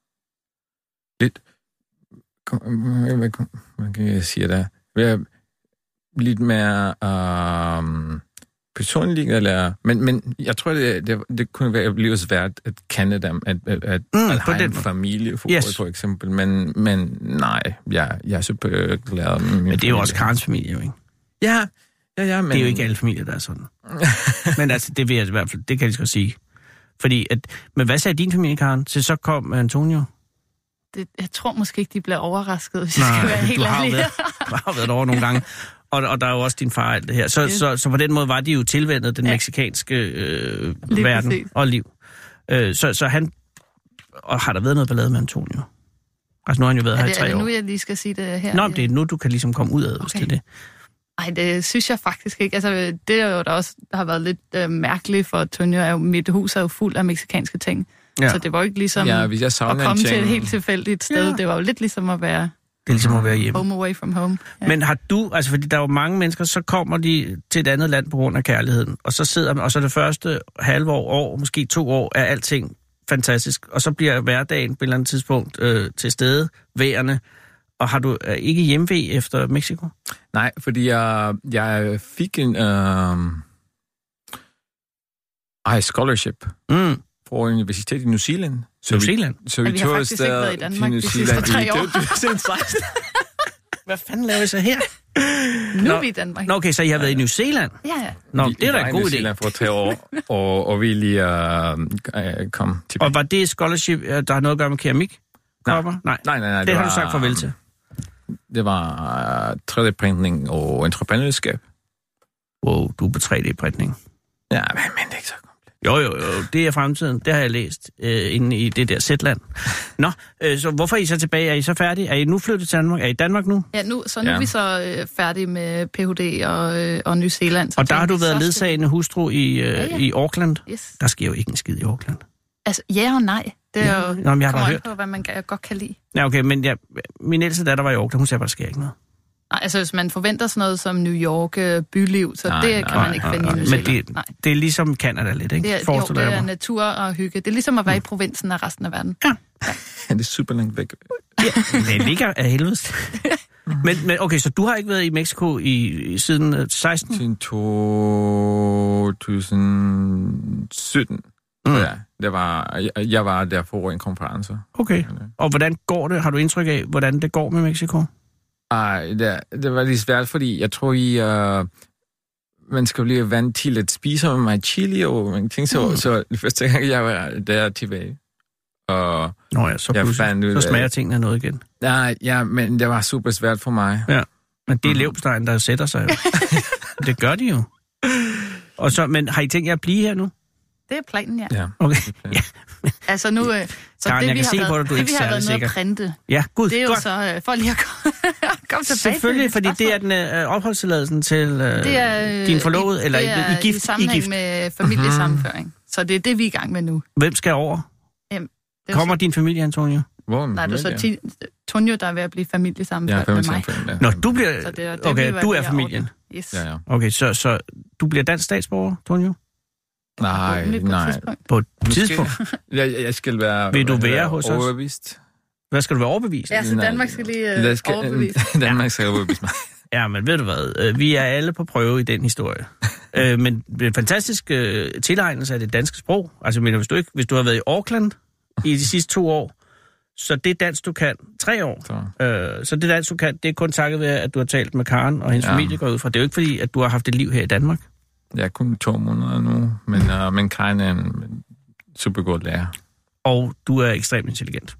Hvad kan jeg sige der? Være lidt mere personligt, eller... Men jeg tror, det kunne være blive svært at kende dem, at have en familie, for eksempel. Men nej, jeg er super glad med min Men det er jo familie. også Karens familie, jo, ikke? Ja, men... Det er jo ikke alle familier, der er sådan. Men altså, det vil jeg i hvert fald, det kan jeg lige sige. Fordi, men hvad sagde din familie, Karen? Så kom Antonio? Jeg tror måske ikke, de bliver overrasket, hvis jeg skal være helt ærlig. Du har været over nogle gange. Og der er jo også din far alt det her. Så på den måde var de jo tilvænnet den mexikanske verden og liv. Så han... Og har der været noget ballade med Antonio? Altså nu har han jo været her i 3 år. Er det nu, jeg lige skal sige det her? Nå, det er nu, du kan ligesom komme ud af hvis det er det. Nej, det synes jeg faktisk ikke. Altså, det er jo der også der har været lidt mærkeligt for Antonio. Mit hus er jo fuld af mexikanske ting. Ja. Så det var jo ikke ligesom at komme til et helt tilfældigt sted. Ja. Det var jo lidt ligesom at være... Det er ligesom at være hjemme. Home away from home. Ja. Men har du, altså fordi der er jo mange mennesker, så kommer de til et andet land på grund af kærligheden, og så sidder man, og så det første halve år, måske 2 år, er alting fantastisk, og så bliver hverdagen på et eller andet tidspunkt til stede, værende, og har du ikke hjemve efter Mexico? Nej, fordi jeg fik en scholarship på universitet i New Zealand. New Zealand? Så vi tog afsted i Danmark de sidste 3 år. Hvad fanden laver I så her? Nu er vi i Danmark. Nå, okay, så I har været i New Zealand? Ja. Nå, det er da en god idé. New Zealand for 3 år, og vi lige kom tilbage. Og var det scholarship, der har noget at gøre med keramik? Nej. Det har du sagt farvel til. Det var 3D-printning og entreprenørskab. Wow, du er på 3D-printning. Ja, men det er ikke så komplekst. Jo, det er fremtiden. Det har jeg læst inde i det der Zetland. Nå, så hvorfor er I så tilbage? Er I så færdige? Er I nu flyttet til Danmark? Er I i Danmark nu? Ja, nu er vi så færdige med Ph.D. og New Zealand. Og der har du været ledsagende hustru i Auckland? Yes. Der sker jo ikke en skid i Auckland. Altså, ja og nej. Det er jo kommer an på, hvad man godt kan lide. Ja, okay, men min ældste datter var i Auckland. Hun sagde, der sker ikke noget. Nej, altså hvis man forventer sådan noget som New York byliv, så det kan man ikke finde i New Zealand. Men det er ligesom Canada lidt, ikke? Det er natur og hygge. Det er ligesom at være i provinsen af resten af verden. Ja. Det er super langt væk. Ja, det ligger af helvede. Men okay, så du har ikke været i Mexico siden 16? Siden 2017. Ja, jeg var der for en konference. Okay, og hvordan går det? Har du indtryk af, hvordan det går med Mexico? Det var lidt svært, fordi jeg tror, man skal blive vant til at spise med mig chili og ting, så det første gang, jeg var der tilbage. Og så smager tingene noget igen. Ja, men det var super svært for mig. Ja, men det er leverpostejen, der sætter sig jo. Det gør de jo. Og så, men har I tænkt jer at blive her nu? Det er planen, ja. Ja. Okay. Ja. Altså nu, så Karen, det, jeg kan se på dig, du er ikke særlig sikker. Det, vi har været nede at printe, ja, god, det er godt. jo så for lige at komme tilbage. Selvfølgelig, fordi det er den opholdstilladelsen til din forlovede, eller i gift. I sammenhæng med familiesammenføring. Så det er det, vi er i gang med nu. Hvem skal over? Kommer din familie, Antonio? Nej, det er så Tonio, der er ved at blive familiesammenført med mig. Ja. Nå, du bliver... Okay, du er familien. Yes. Ja. Okay, så du bliver dansk statsborger, Tonio? Nej. På et tidspunkt? Jeg skal være... Vil du være hos os? Overbevist. Hvad skal du være overbevist? Ja, så Danmark skal lige overbevise. Danmark skal overbevise mig. Ja, men ved du hvad? Vi er alle på prøve i den historie. Men det er fantastisk tilegnelse af det danske sprog. Altså, men hvis du har været i Auckland i de sidste 2 år, så det dansk, du kan 3 år. Så det dansk, du kan, det er kun takket ved, at du har talt med Karen og hendes familie går ud fra. Det er jo ikke fordi, at du har haft et liv her i Danmark. Jeg er kun 2 måneder nu, men Karen er en super god lærer. Og du er ekstremt intelligent.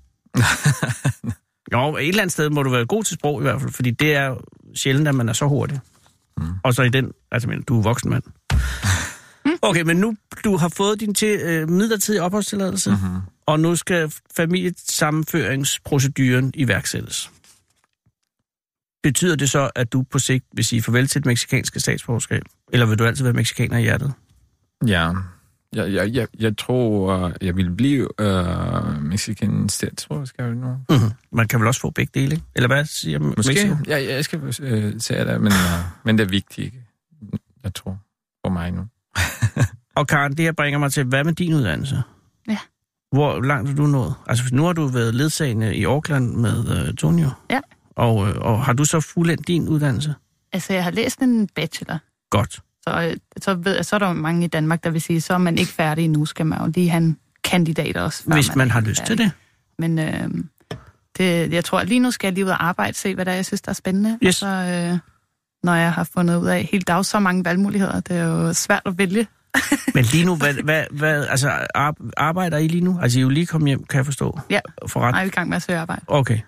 Jo, et eller andet sted må du være god til sprog i hvert fald, fordi det er sjældent, at man er så hurtig. Og så i den, altså du er voksen mand. Okay, men nu du har fået din midlertidige opholdstilladelse, og nu skal familiesammenføringsproceduren iværksættes. Betyder det så, at du på sigt vil sige farvel til det mexikanske statsborgerskab? Eller vil du altid være mexikaner i hjertet? Ja, jeg tror, jeg vil blive mexikansk statsborgerskab nu. Man kan vel også få begge dele, ikke? Eller hvad siger Måske. Mexico? Ja, jeg skal sige det, men det er vigtigt, jeg tror, for mig nu. Og Karen, det her bringer mig til, hvad med din uddannelse? Ja. Hvor langt har du nået? Altså, nu har du været ledsagende i Auckland med Tonio. Ja. Og har du så fuldendt din uddannelse? Altså, jeg har læst en bachelor. Godt. Så er der jo mange i Danmark, der vil sige, så er man ikke færdig endnu, skal man jo lige have en kandidat også. Hvis man har lyst til det. Men jeg tror, at lige nu skal jeg lige ud og arbejde, se hvad der er, jeg synes, der er spændende. Yes. Og så, når jeg har fundet ud af helt dag så mange valgmuligheder, det er jo svært at vælge. Men lige nu, altså arbejder I lige nu? Altså I er jo lige kommet hjem, kan jeg forstå. Ja, nej, vi er i gang med at søge arbejde. Okay,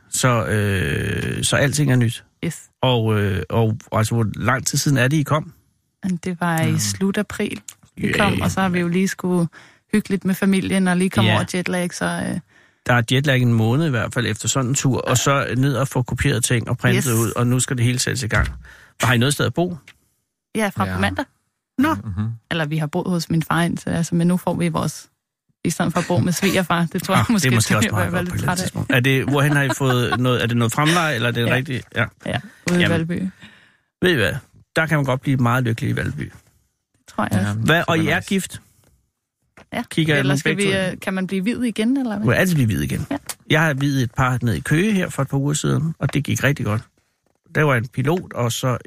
så alting er nyt. Yes. Og altså, hvor lang tid siden er det, I kom? Det var i slut april, vi kom, og så har vi jo lige skulle hygge lidt med familien, og lige komme over jetlag, så... Der er jetlag en måned i hvert fald efter sådan en tur, og så ned og få kopieret ting og printet ud, og nu skal det hele sættes i gang. Har I noget sted at bo? Ja, på mandag. Nå. Eller vi har boet hos min far indtil, altså, men nu får vi vores... I stedet for at bo med svigerfar. Det tror jeg måske, det er måske også meget godt på det tidspunkt. Hvorhen har I fået noget... Er det noget fremleje, eller er det rigtigt? Ja, ude i Valby. Ved I hvad? Der kan man godt blive meget lykkelig i Valby. Det tror jeg også. Hvad, og I er gift? Ja. Eller kan man blive hvid igen, eller hvad? Du kan altid blive hvid igen. Ja. Jeg har hvid et par ned i Køge her for et par uger siden, og det gik rigtig godt. Der var en pilot, og så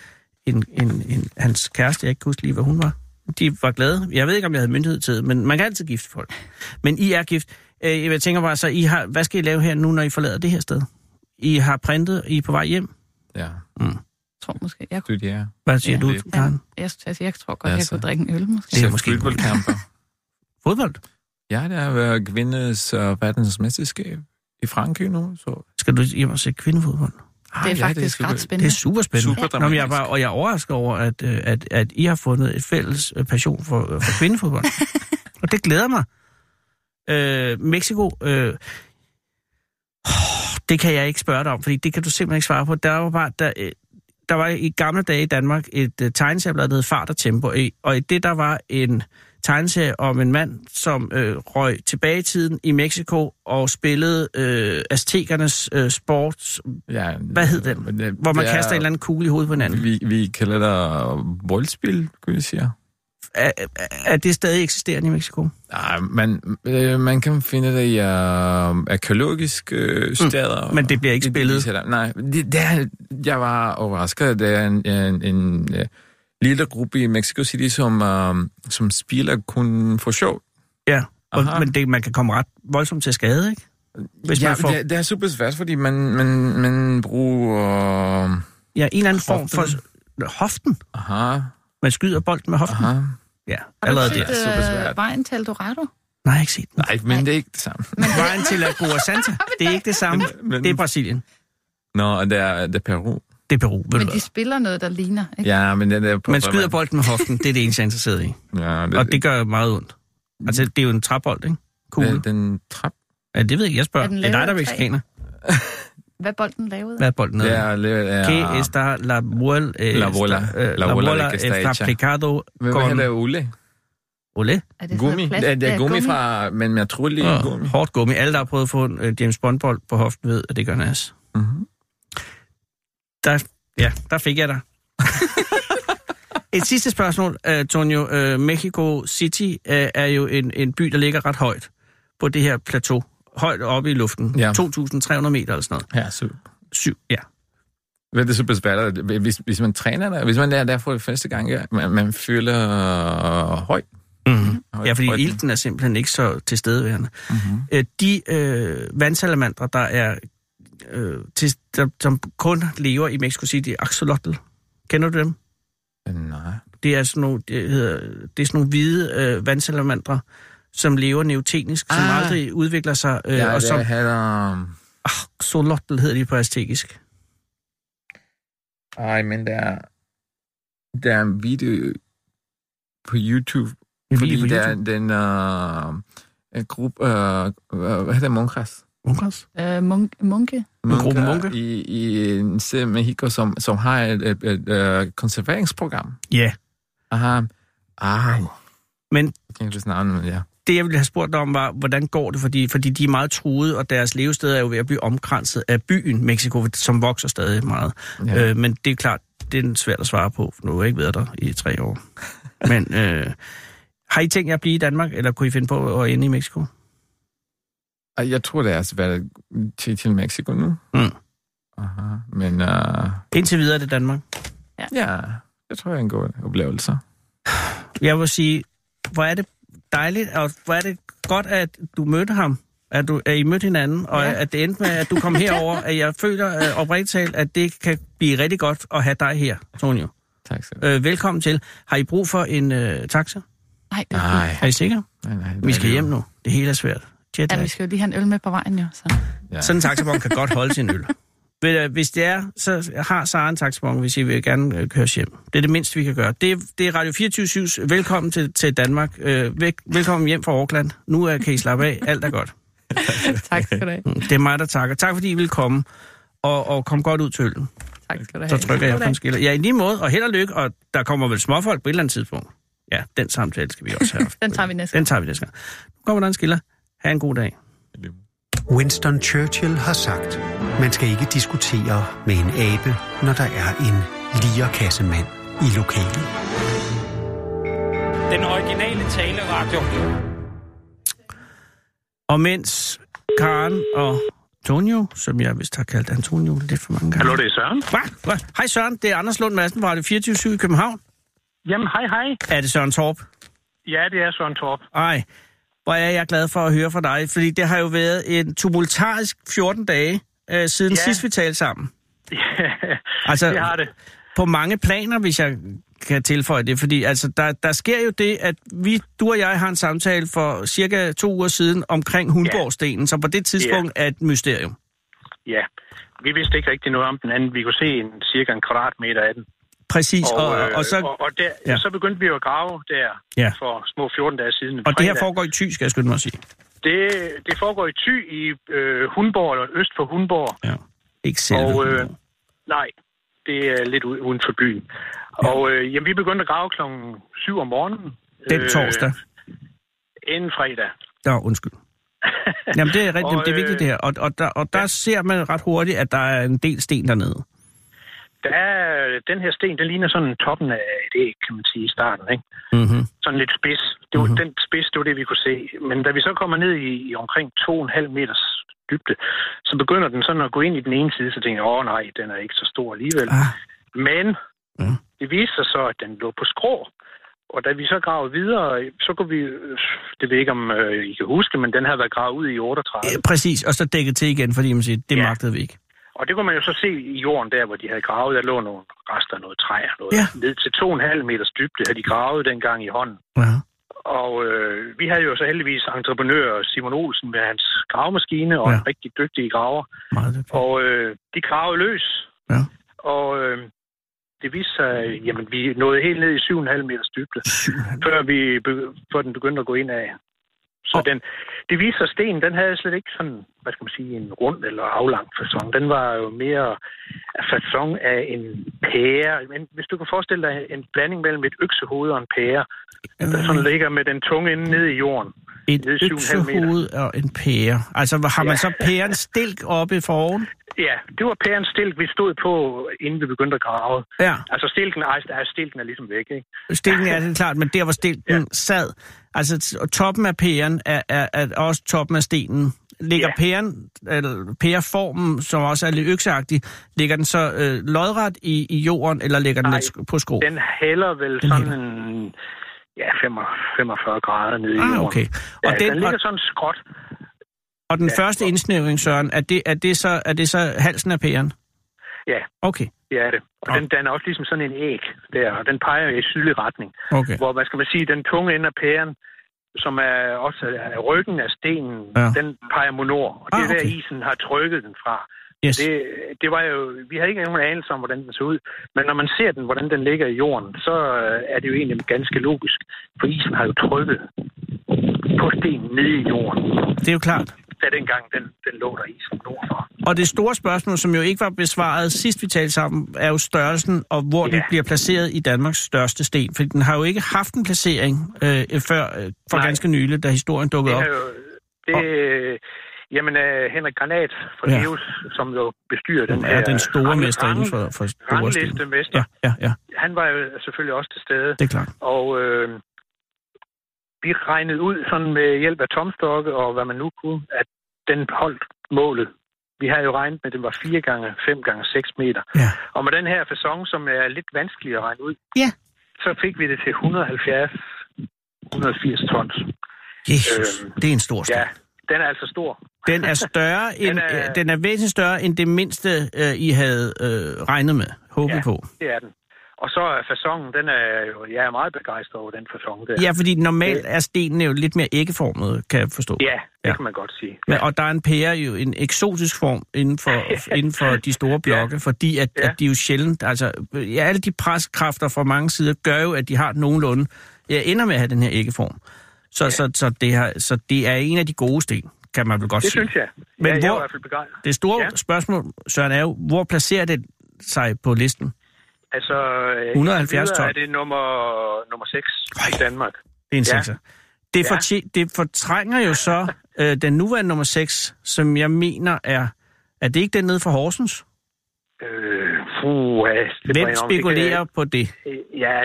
hans kæreste, jeg ikke kan huske lige, hvad hun var. De var glade. Jeg ved ikke, om jeg havde myndighed til det, men man kan altid gifte folk. Men I er gift. Jeg tænker bare, så hvad skal I lave her nu, når I forlader det her sted? I har printet, I er på vej hjem? Ja. Jeg tror måske, jeg kunne... Studerer. Hvad siger du, Karen? Jeg tror godt, jeg kunne drikke en øl, måske. Det er måske fodboldkamper. Fodbold? Ja, der har været kvindes verdensmesterskab i Frankrig nu. Så. Skal du hjem og se kvindefodbold? Det er faktisk ret spændende. Det er super spændende. Super dramatisk. Og jeg er overrasket over, at I har fundet et fælles passion for kvindefodbold. Og det glæder mig. Mexico, det kan jeg ikke spørge dig om, fordi det kan du simpelthen ikke svare på. Der var i gamle dage i Danmark et tegneserieblad, der hed Fart og Tempo, og i det der var en tegneserie om en mand, som røg tilbage i tiden i Mexico og spillede aztekernes sport. Ja, hvad hed den? Hvor man kaster en eller anden kugle i hovedet på hinanden. Vi kalder det voldspil, kan vi sige. Er det stadig eksisterende i Mexico? Nej, man kan finde det i arkeologiske steder. Men det bliver ikke spillet? Nej, jeg var overrasket. Det er en lille gruppe i Mexico City, som spiller kun for sjov. Ja, men man kan komme ret voldsomt til skade, ikke? Hvis man får... det er super svært, fordi man bruger... Ja, en eller anden form for hoften. Aha. Man skyder bolden med hoften. Aha. Ja, allerede det er super svært. Vejen til Eldorado? Nej, jeg har ikke set den. Nej, men det er ikke det samme. Men vejen til Lagoa Santa, det er ikke det samme. Det er Brasilien. Nå, det er Peru. Det er Peru, men de spiller noget, der ligner, ikke? Ja, men det er... Man skyder bolden med hoften, det er det eneste, jeg er interesseret i. Ja, og det gør meget ondt. Altså, det er jo en træbold, ikke? Kugle. Den træp? Ja, det ved jeg ikke. Jeg spørger. Det er dig, der er meksikaner. Hvad er bolden lavet? Hvad er bolden lavet? Que está la bola está picado con... Hvad hedder ole? Ole? Gummi. Det er gummi fra... Men jeg tror lige gummi. Hårdt gummi. Alle, der har prøvet at få en James Bond-bold på hoften, ved, at det gør nas. Mm-hmm. Der fik jeg dig. Et sidste spørgsmål, Tonio. Mexico City er jo en by, der ligger ret højt på det her plateau. Højt oppe i luften. Ja. 2.300 meter eller sådan noget. Ja, 7, ja. Hvad er det super svært? Hvis man træner der, hvis man lærer der for det første gang, man føler høj. Mm-hmm. Ja, fordi ilten er simpelthen ikke så tilstedeværende. Mm-hmm. De vandsalamandre, der er som kun lever i Mexico City, axolotl. Kender du dem? Nej. Det er sådan nogle hvide vandsalamandre, som lever neotenisk, som aldrig udvikler sig. Og som axolotl hedder de på aztekisk. Ej, men der er en video på YouTube, fordi der er den gruppe, hvad hedder Monjas? Monjas? Munke. En gruppe munke? I Mexico, som har et konserveringsprogram. Ja. Aha. Men jeg kan ikke huske navnet, ja. Det, jeg ville have spurgt dig om, var, hvordan går det? Fordi de er meget truede, og deres levested er jo ved at blive omkranset af byen Mexico, som vokser stadig meget. Ja. Men det er klart, det er svært at svare på, for nu har jeg ikke været der i 3 år. Men har I tænkt jer at blive i Danmark, eller kunne I finde på at ende i Mexico? Jeg tror, det er svært til Mexico nu. Mm. Aha, men... Indtil videre er det Danmark? Ja, jeg tror, det er en god oplevelse. Jeg vil sige, hvor er det dejligt, og hvor er det godt, at du mødte ham, at I mødte hinanden, og at det endte med, at du kom herover, at jeg føler oprigtigt talt, at det kan blive rigtig godt at have dig her, Tonio. Tak skal du. Velkommen til. Har I brug for en taxa? Nej. Er I sikre? Nej. Vi skal hjem nu. Det hele er svært. Ja, vi skal jo lige have en øl med på vejen, jo. Så. Ja. Sådan en taxabon kan godt holde sin øl. Hvis det er, så har Sara en taxabon, hvis I vil gerne køres hjem. Det er det mindste, vi kan gøre. Det er Radio 24/7's velkommen til Danmark. Velkommen hjem fra Auckland. Nu kan I slappe af. Alt er godt. Tak skal du have. Det er mig, der takker. Tak fordi I vil komme, og kom godt ud til øllen. Tak skal du have. Så trykker jeg på en skiller. Ja, i lige måde, og held og lykke, og der kommer vel småfolk på et eller andet tidspunkt. Ja, den samtale skal vi også have. Den tager vi næste gang. Nu kommer der en skiller. Ha' en god dag. Winston Churchill har sagt, man skal ikke diskutere med en abe, når der er en lierkassemand i lokalet. Den originale taleradio. Og mens Karen og Tonio, som jeg vist har kaldt Antonio lidt for mange gange. Hallo, det er Søren. Hvad? Hej Søren, det er Anders Lund Madsen fra Radio 24/7 i København. Jamen, hej. Er det Søren Torp? Ja, det er Søren Torp. Ej, hvor er jeg glad for at høre fra dig, fordi det har jo været en tumultarisk 14 dage siden sidst vi talte sammen. Ja, altså, det har det. På mange planer, hvis jeg kan tilføje det, fordi altså, der sker jo det, at du og jeg har en samtale for cirka 2 uger siden omkring Hundborgstenen, som på det tidspunkt er et mysterium. Ja, vi vidste ikke rigtig noget om den anden. Vi kunne se cirka en kvadratmeter af den. Præcis. Så begyndte vi jo at grave der for små 14 dage siden. Og det her foregår i Thy, skal jeg skynde mig at sige. Det foregår i Thy i Hundborg, eller øst for Hundborg. Ja, ikke selv. Nej, det er lidt uden for byen. Ja. Og vi begyndte at grave 7 om morgenen. Den torsdag? Inden fredag. Ja, undskyld. Jamen, det er rigtigt, det er vigtigt det her. Og der ser man ret hurtigt, at der er en del sten dernede. Den her sten, den ligner sådan toppen af et æg, kan man sige, i starten, ikke? Mm-hmm. Sådan lidt spids. Den spids, det var det, vi kunne se. Men da vi så kommer ned i omkring 2,5 meters dybde, så begynder den sådan at gå ind i den ene side, så tænker jeg, nej, den er ikke så stor alligevel. Men det viste sig så, at den lå på skrå. Og da vi så gravede videre, så kunne vi, det ved ikke, om I kan huske, men den havde været gravet ud i 38. Præcis, og så dækket til igen, fordi man siger, det magtede vi ikke. Og det kunne man jo så se i jorden der, hvor de havde gravet. Der lå nogle rester af noget træ. Ned til 2,5 meters dybde havde de gravet dengang i hånden. Ja. Og vi havde jo så heldigvis entreprenør Simon Olsen med hans gravemaskine og en rigtig dygtig graver. Og de gravede løs. Ja. Og det viste sig, jamen vi nåede helt ned i 7,5 meters dybde, før den begyndte at gå ind af. Så det viser sig, stenen, den havde slet ikke sådan, hvad skal man sige, en rund eller aflang facon. Den var jo mere facon af en pære. Men hvis du kan forestille dig en blanding mellem et øksehoved og en pære, der sådan ligger med den tunge inde nede i jorden. Et øksehoved og en pære. Altså har man så pærens stilk oppe foroven? Ja, det var pærens stilk, vi stod på, inden vi begyndte at grave. Ja. Altså stilken er ligesom væk, ikke? Stilken er det klart, men der hvor stilken sad, altså toppen af pæren er også toppen af stenen. Ligger pæren, eller pæreformen, som også er lidt økseagtig, ligger den så lodret i jorden, eller ligger den lidt på skrå? Den hælder vel sådan en... Ja, 45 grader nede i jorden. Okay. Og den ligger sådan skråt. Og den første indsnævring, Søren, er det så halsen af pæren? Ja. Okay. Det er det. Og den er også ligesom sådan en æg der, og den peger i sydlig retning. Okay. Hvor, hvad skal man sige, den tunge ende af pæren, som er også er ryggen af stenen, den peger mod nord. Og det er der isen har trykket den fra. Yes. Det var jo, vi havde ikke nogen anelse om, hvordan den så ud. Men når man ser den, hvordan den ligger i jorden, så er det jo egentlig ganske logisk. For isen har jo trykket på stenen nede i jorden. Det er jo klart. Da dengang den lå der isen nordfor. Og det store spørgsmål, som jo ikke var besvaret sidst vi talte sammen, er jo størrelsen, og hvor den bliver placeret i Danmarks største sten. For den har jo ikke haft en placering for ganske nylig, da historien dukkede op. Jamen, Henrik Granat fra Geus, som jo bestyrer den her... den store mester inden for store sten. Mester. Ja. Han var jo selvfølgelig også til stede. Det er klart. Og vi regnede ud sådan med hjælp af tomstokke og hvad man nu kunne, at den holdt målet. Vi har jo regnet med, at det var 4 gange 5 gange 6 meter. Ja. Og med den her facon, som er lidt vanskelig at regne ud, så fik vi det til 180 tons. Jesus, det er en stor sten. Ja, den er altså stor. Den er større den er væsentligt større end det mindste, I havde regnet med, håbet på. Det er den. Og så er faconen, den er jo, jeg er meget begejstret over den facon der. Ja, fordi normalt er stenen jo lidt mere æggeformet, kan jeg forstå. Ja, det kan man godt sige. Men, og der er en pære jo en eksotisk form inden for de store blokke, fordi at de jo sjældent, altså alle de preskræfter fra mange sider gør jo, at de har nogenlunde, ender med at have den her æggeform. Så det er en af de gode sten, kan man vel godt sige. Det synes jeg. Men jeg er i hvert fald begejstret. Det store spørgsmål, Søren, er jo, hvor placerer det sig på listen? Altså, 170 ton. Er det nummer 6 i Danmark. Det er en 6'er. Det fortrænger jo så den nuværende nummer 6, som jeg mener er det ikke den nede fra Horsens? Hvem spekulerer på det? Ja,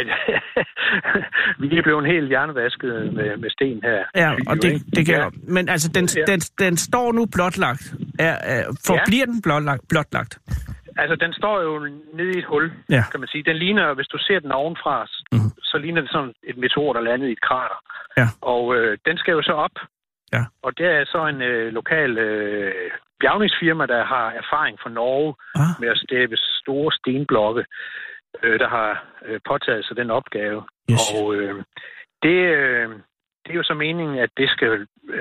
vi er blevet helt hjernevasket med sten her. Ja, og det kan jeg. Men altså, den står nu blotlagt. Forbliver den blotlagt? Altså, den står jo nede i et hul, kan man sige. Den ligner, hvis du ser den ovenfra, så ligner det sådan et meteor, der landede i et krater. Ja. Og den skal jo så op. Ja. Og det er så en lokal bjergningsfirma, der har erfaring fra Norge med at stæbe store stenblokke, der har påtaget sig den opgave. Yes. Og det er jo så meningen, at det skal...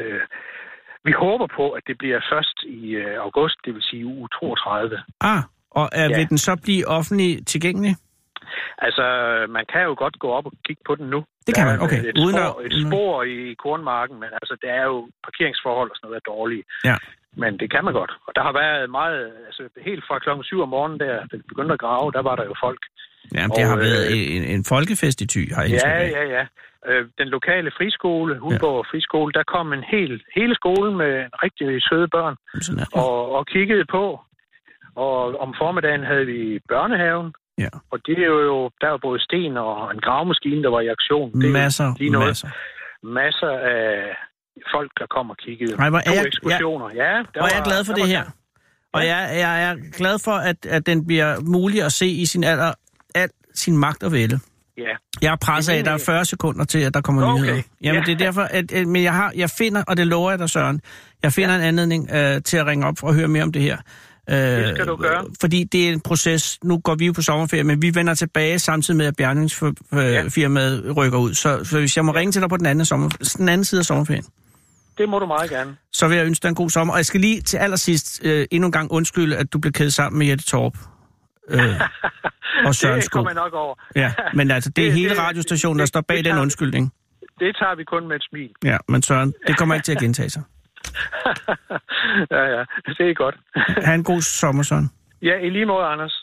vi håber på, at det bliver først i august, det vil sige uge 32. Og vil den så blive offentlig tilgængelig? Altså, man kan jo godt gå op og kigge på den nu. Det kan man, okay. Et spor i kornmarken, men altså, det er jo parkeringsforhold og sådan noget er dårlige. Ja. Men det kan man godt. Og der har været meget, altså helt fra klokken 7 om morgenen, da det begyndte at grave, der var der jo folk. Jamen, det har været en folkefest i Thy, har jeg indtryk af. Ja. Den lokale friskole, Hulborg Friskole, der kom hele skolen med rigtig søde børn og kiggede på. Og om formiddagen havde vi børnehaven. Ja. Og det er jo, der var både sten og en gravemaskine, der var i aktion. Det masser af folk, der kom og kiggede. Nej, hvor er ekskursioner. Hvor er jeg glad for det her. Og jeg er glad for, at den bliver mulig at se i al sin magt og vælde. Ja. Jeg er presset af, at der er 40 sekunder til, at der kommer nyheder. Jamen, det er derfor, men jeg finder, og det lover jeg dig, Søren, jeg finder en anledning til at ringe op og høre mere om det her. Det skal du gøre. Fordi det er en proces. Nu går vi jo på sommerferie, men vi vender tilbage samtidig med, at bjergningsfirmaet rykker ud. Så hvis jeg må ringe til dig på den anden side af sommerferien. Det må du meget gerne. Så vil jeg ønske dig en god sommer. Og jeg skal lige til allersidst endnu en gang undskylde, at du blev kædet sammen med Jette Torp. Og Søren Skov. Det kommer jeg nok over. Ja, men altså, det er hele radiostationen, der står bag den undskyldning. Det tager vi kun med et smil. Ja, men Søren, det kommer ikke til at gentage sig. Ja, det er godt. Ha' en god sommer, Søren. Ja, i lige måde, Anders.